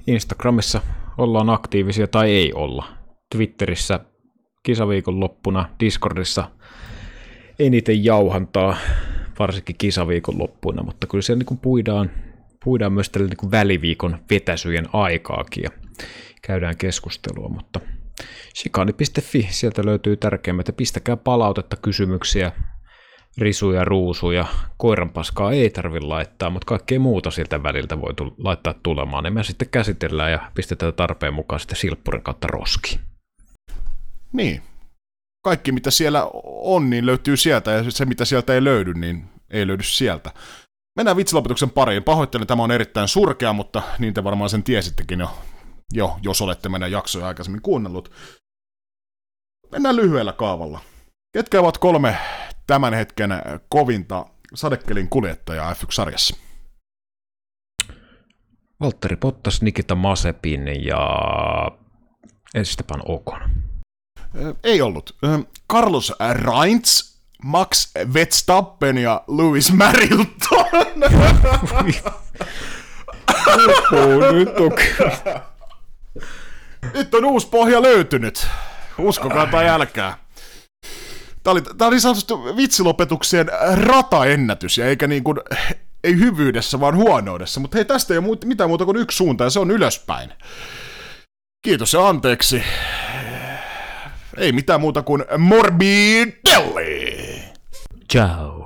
Instagramissa ollaan aktiivisia tai ei olla. Twitterissä kisaviikonloppuna, Discordissa eniten jauhantaa, varsinkin kisaviikonloppuna, mutta kyllä siellä niin puidaan, puidaan myös tällä niin väliviikon vetäsyjen aikaakin ja käydään keskustelua, mutta shikani piste fi, sieltä löytyy tärkeimmät ja pistäkää palautetta, kysymyksiä, risuja, ruusuja, koiranpaskaa ei tarvitse laittaa, mutta kaikkea muuta siltä väliltä voi tull- laittaa tulemaan, niin me sitten käsitellään ja pistetään tarpeen mukaan sitten silppurin kautta roskiin. Niin. Kaikki mitä siellä on, niin löytyy sieltä, ja se mitä sieltä ei löydy, niin ei löydy sieltä. Mennään vitsilopetuksen pariin. Pahoittelen, tämä on erittäin surkea, mutta niin te varmaan sen tiesittekin jo, jo jos olette meidän jaksoja aikaisemmin kuunnellut. Mennään lyhyellä kaavalla. Ketkä ovat kolme tämän hetken kovinta sadekelin kuljettajaa F yksi -sarjassa? Valtteri Bottas, Nikita Mazepin ja Esteban Ocon. Ei ollut. Carlos Sainz, Max Verstappen ja Lewis Hamilton. Nyt on Nyt on uusi pohja löytynyt. Uskokaa tai älkää. Tämä oli, tämä oli sanotusti vitsilopetuksien rataennätys, ja eikä niin kuin, ei hyvyydessä, vaan huonoudessa. Mutta hei, tästä ei ole mitään muuta kuin yksi suunta, ja se on ylöspäin. Kiitos ja anteeksi. Ei mitään muuta kuin Morbidelli. Ciao.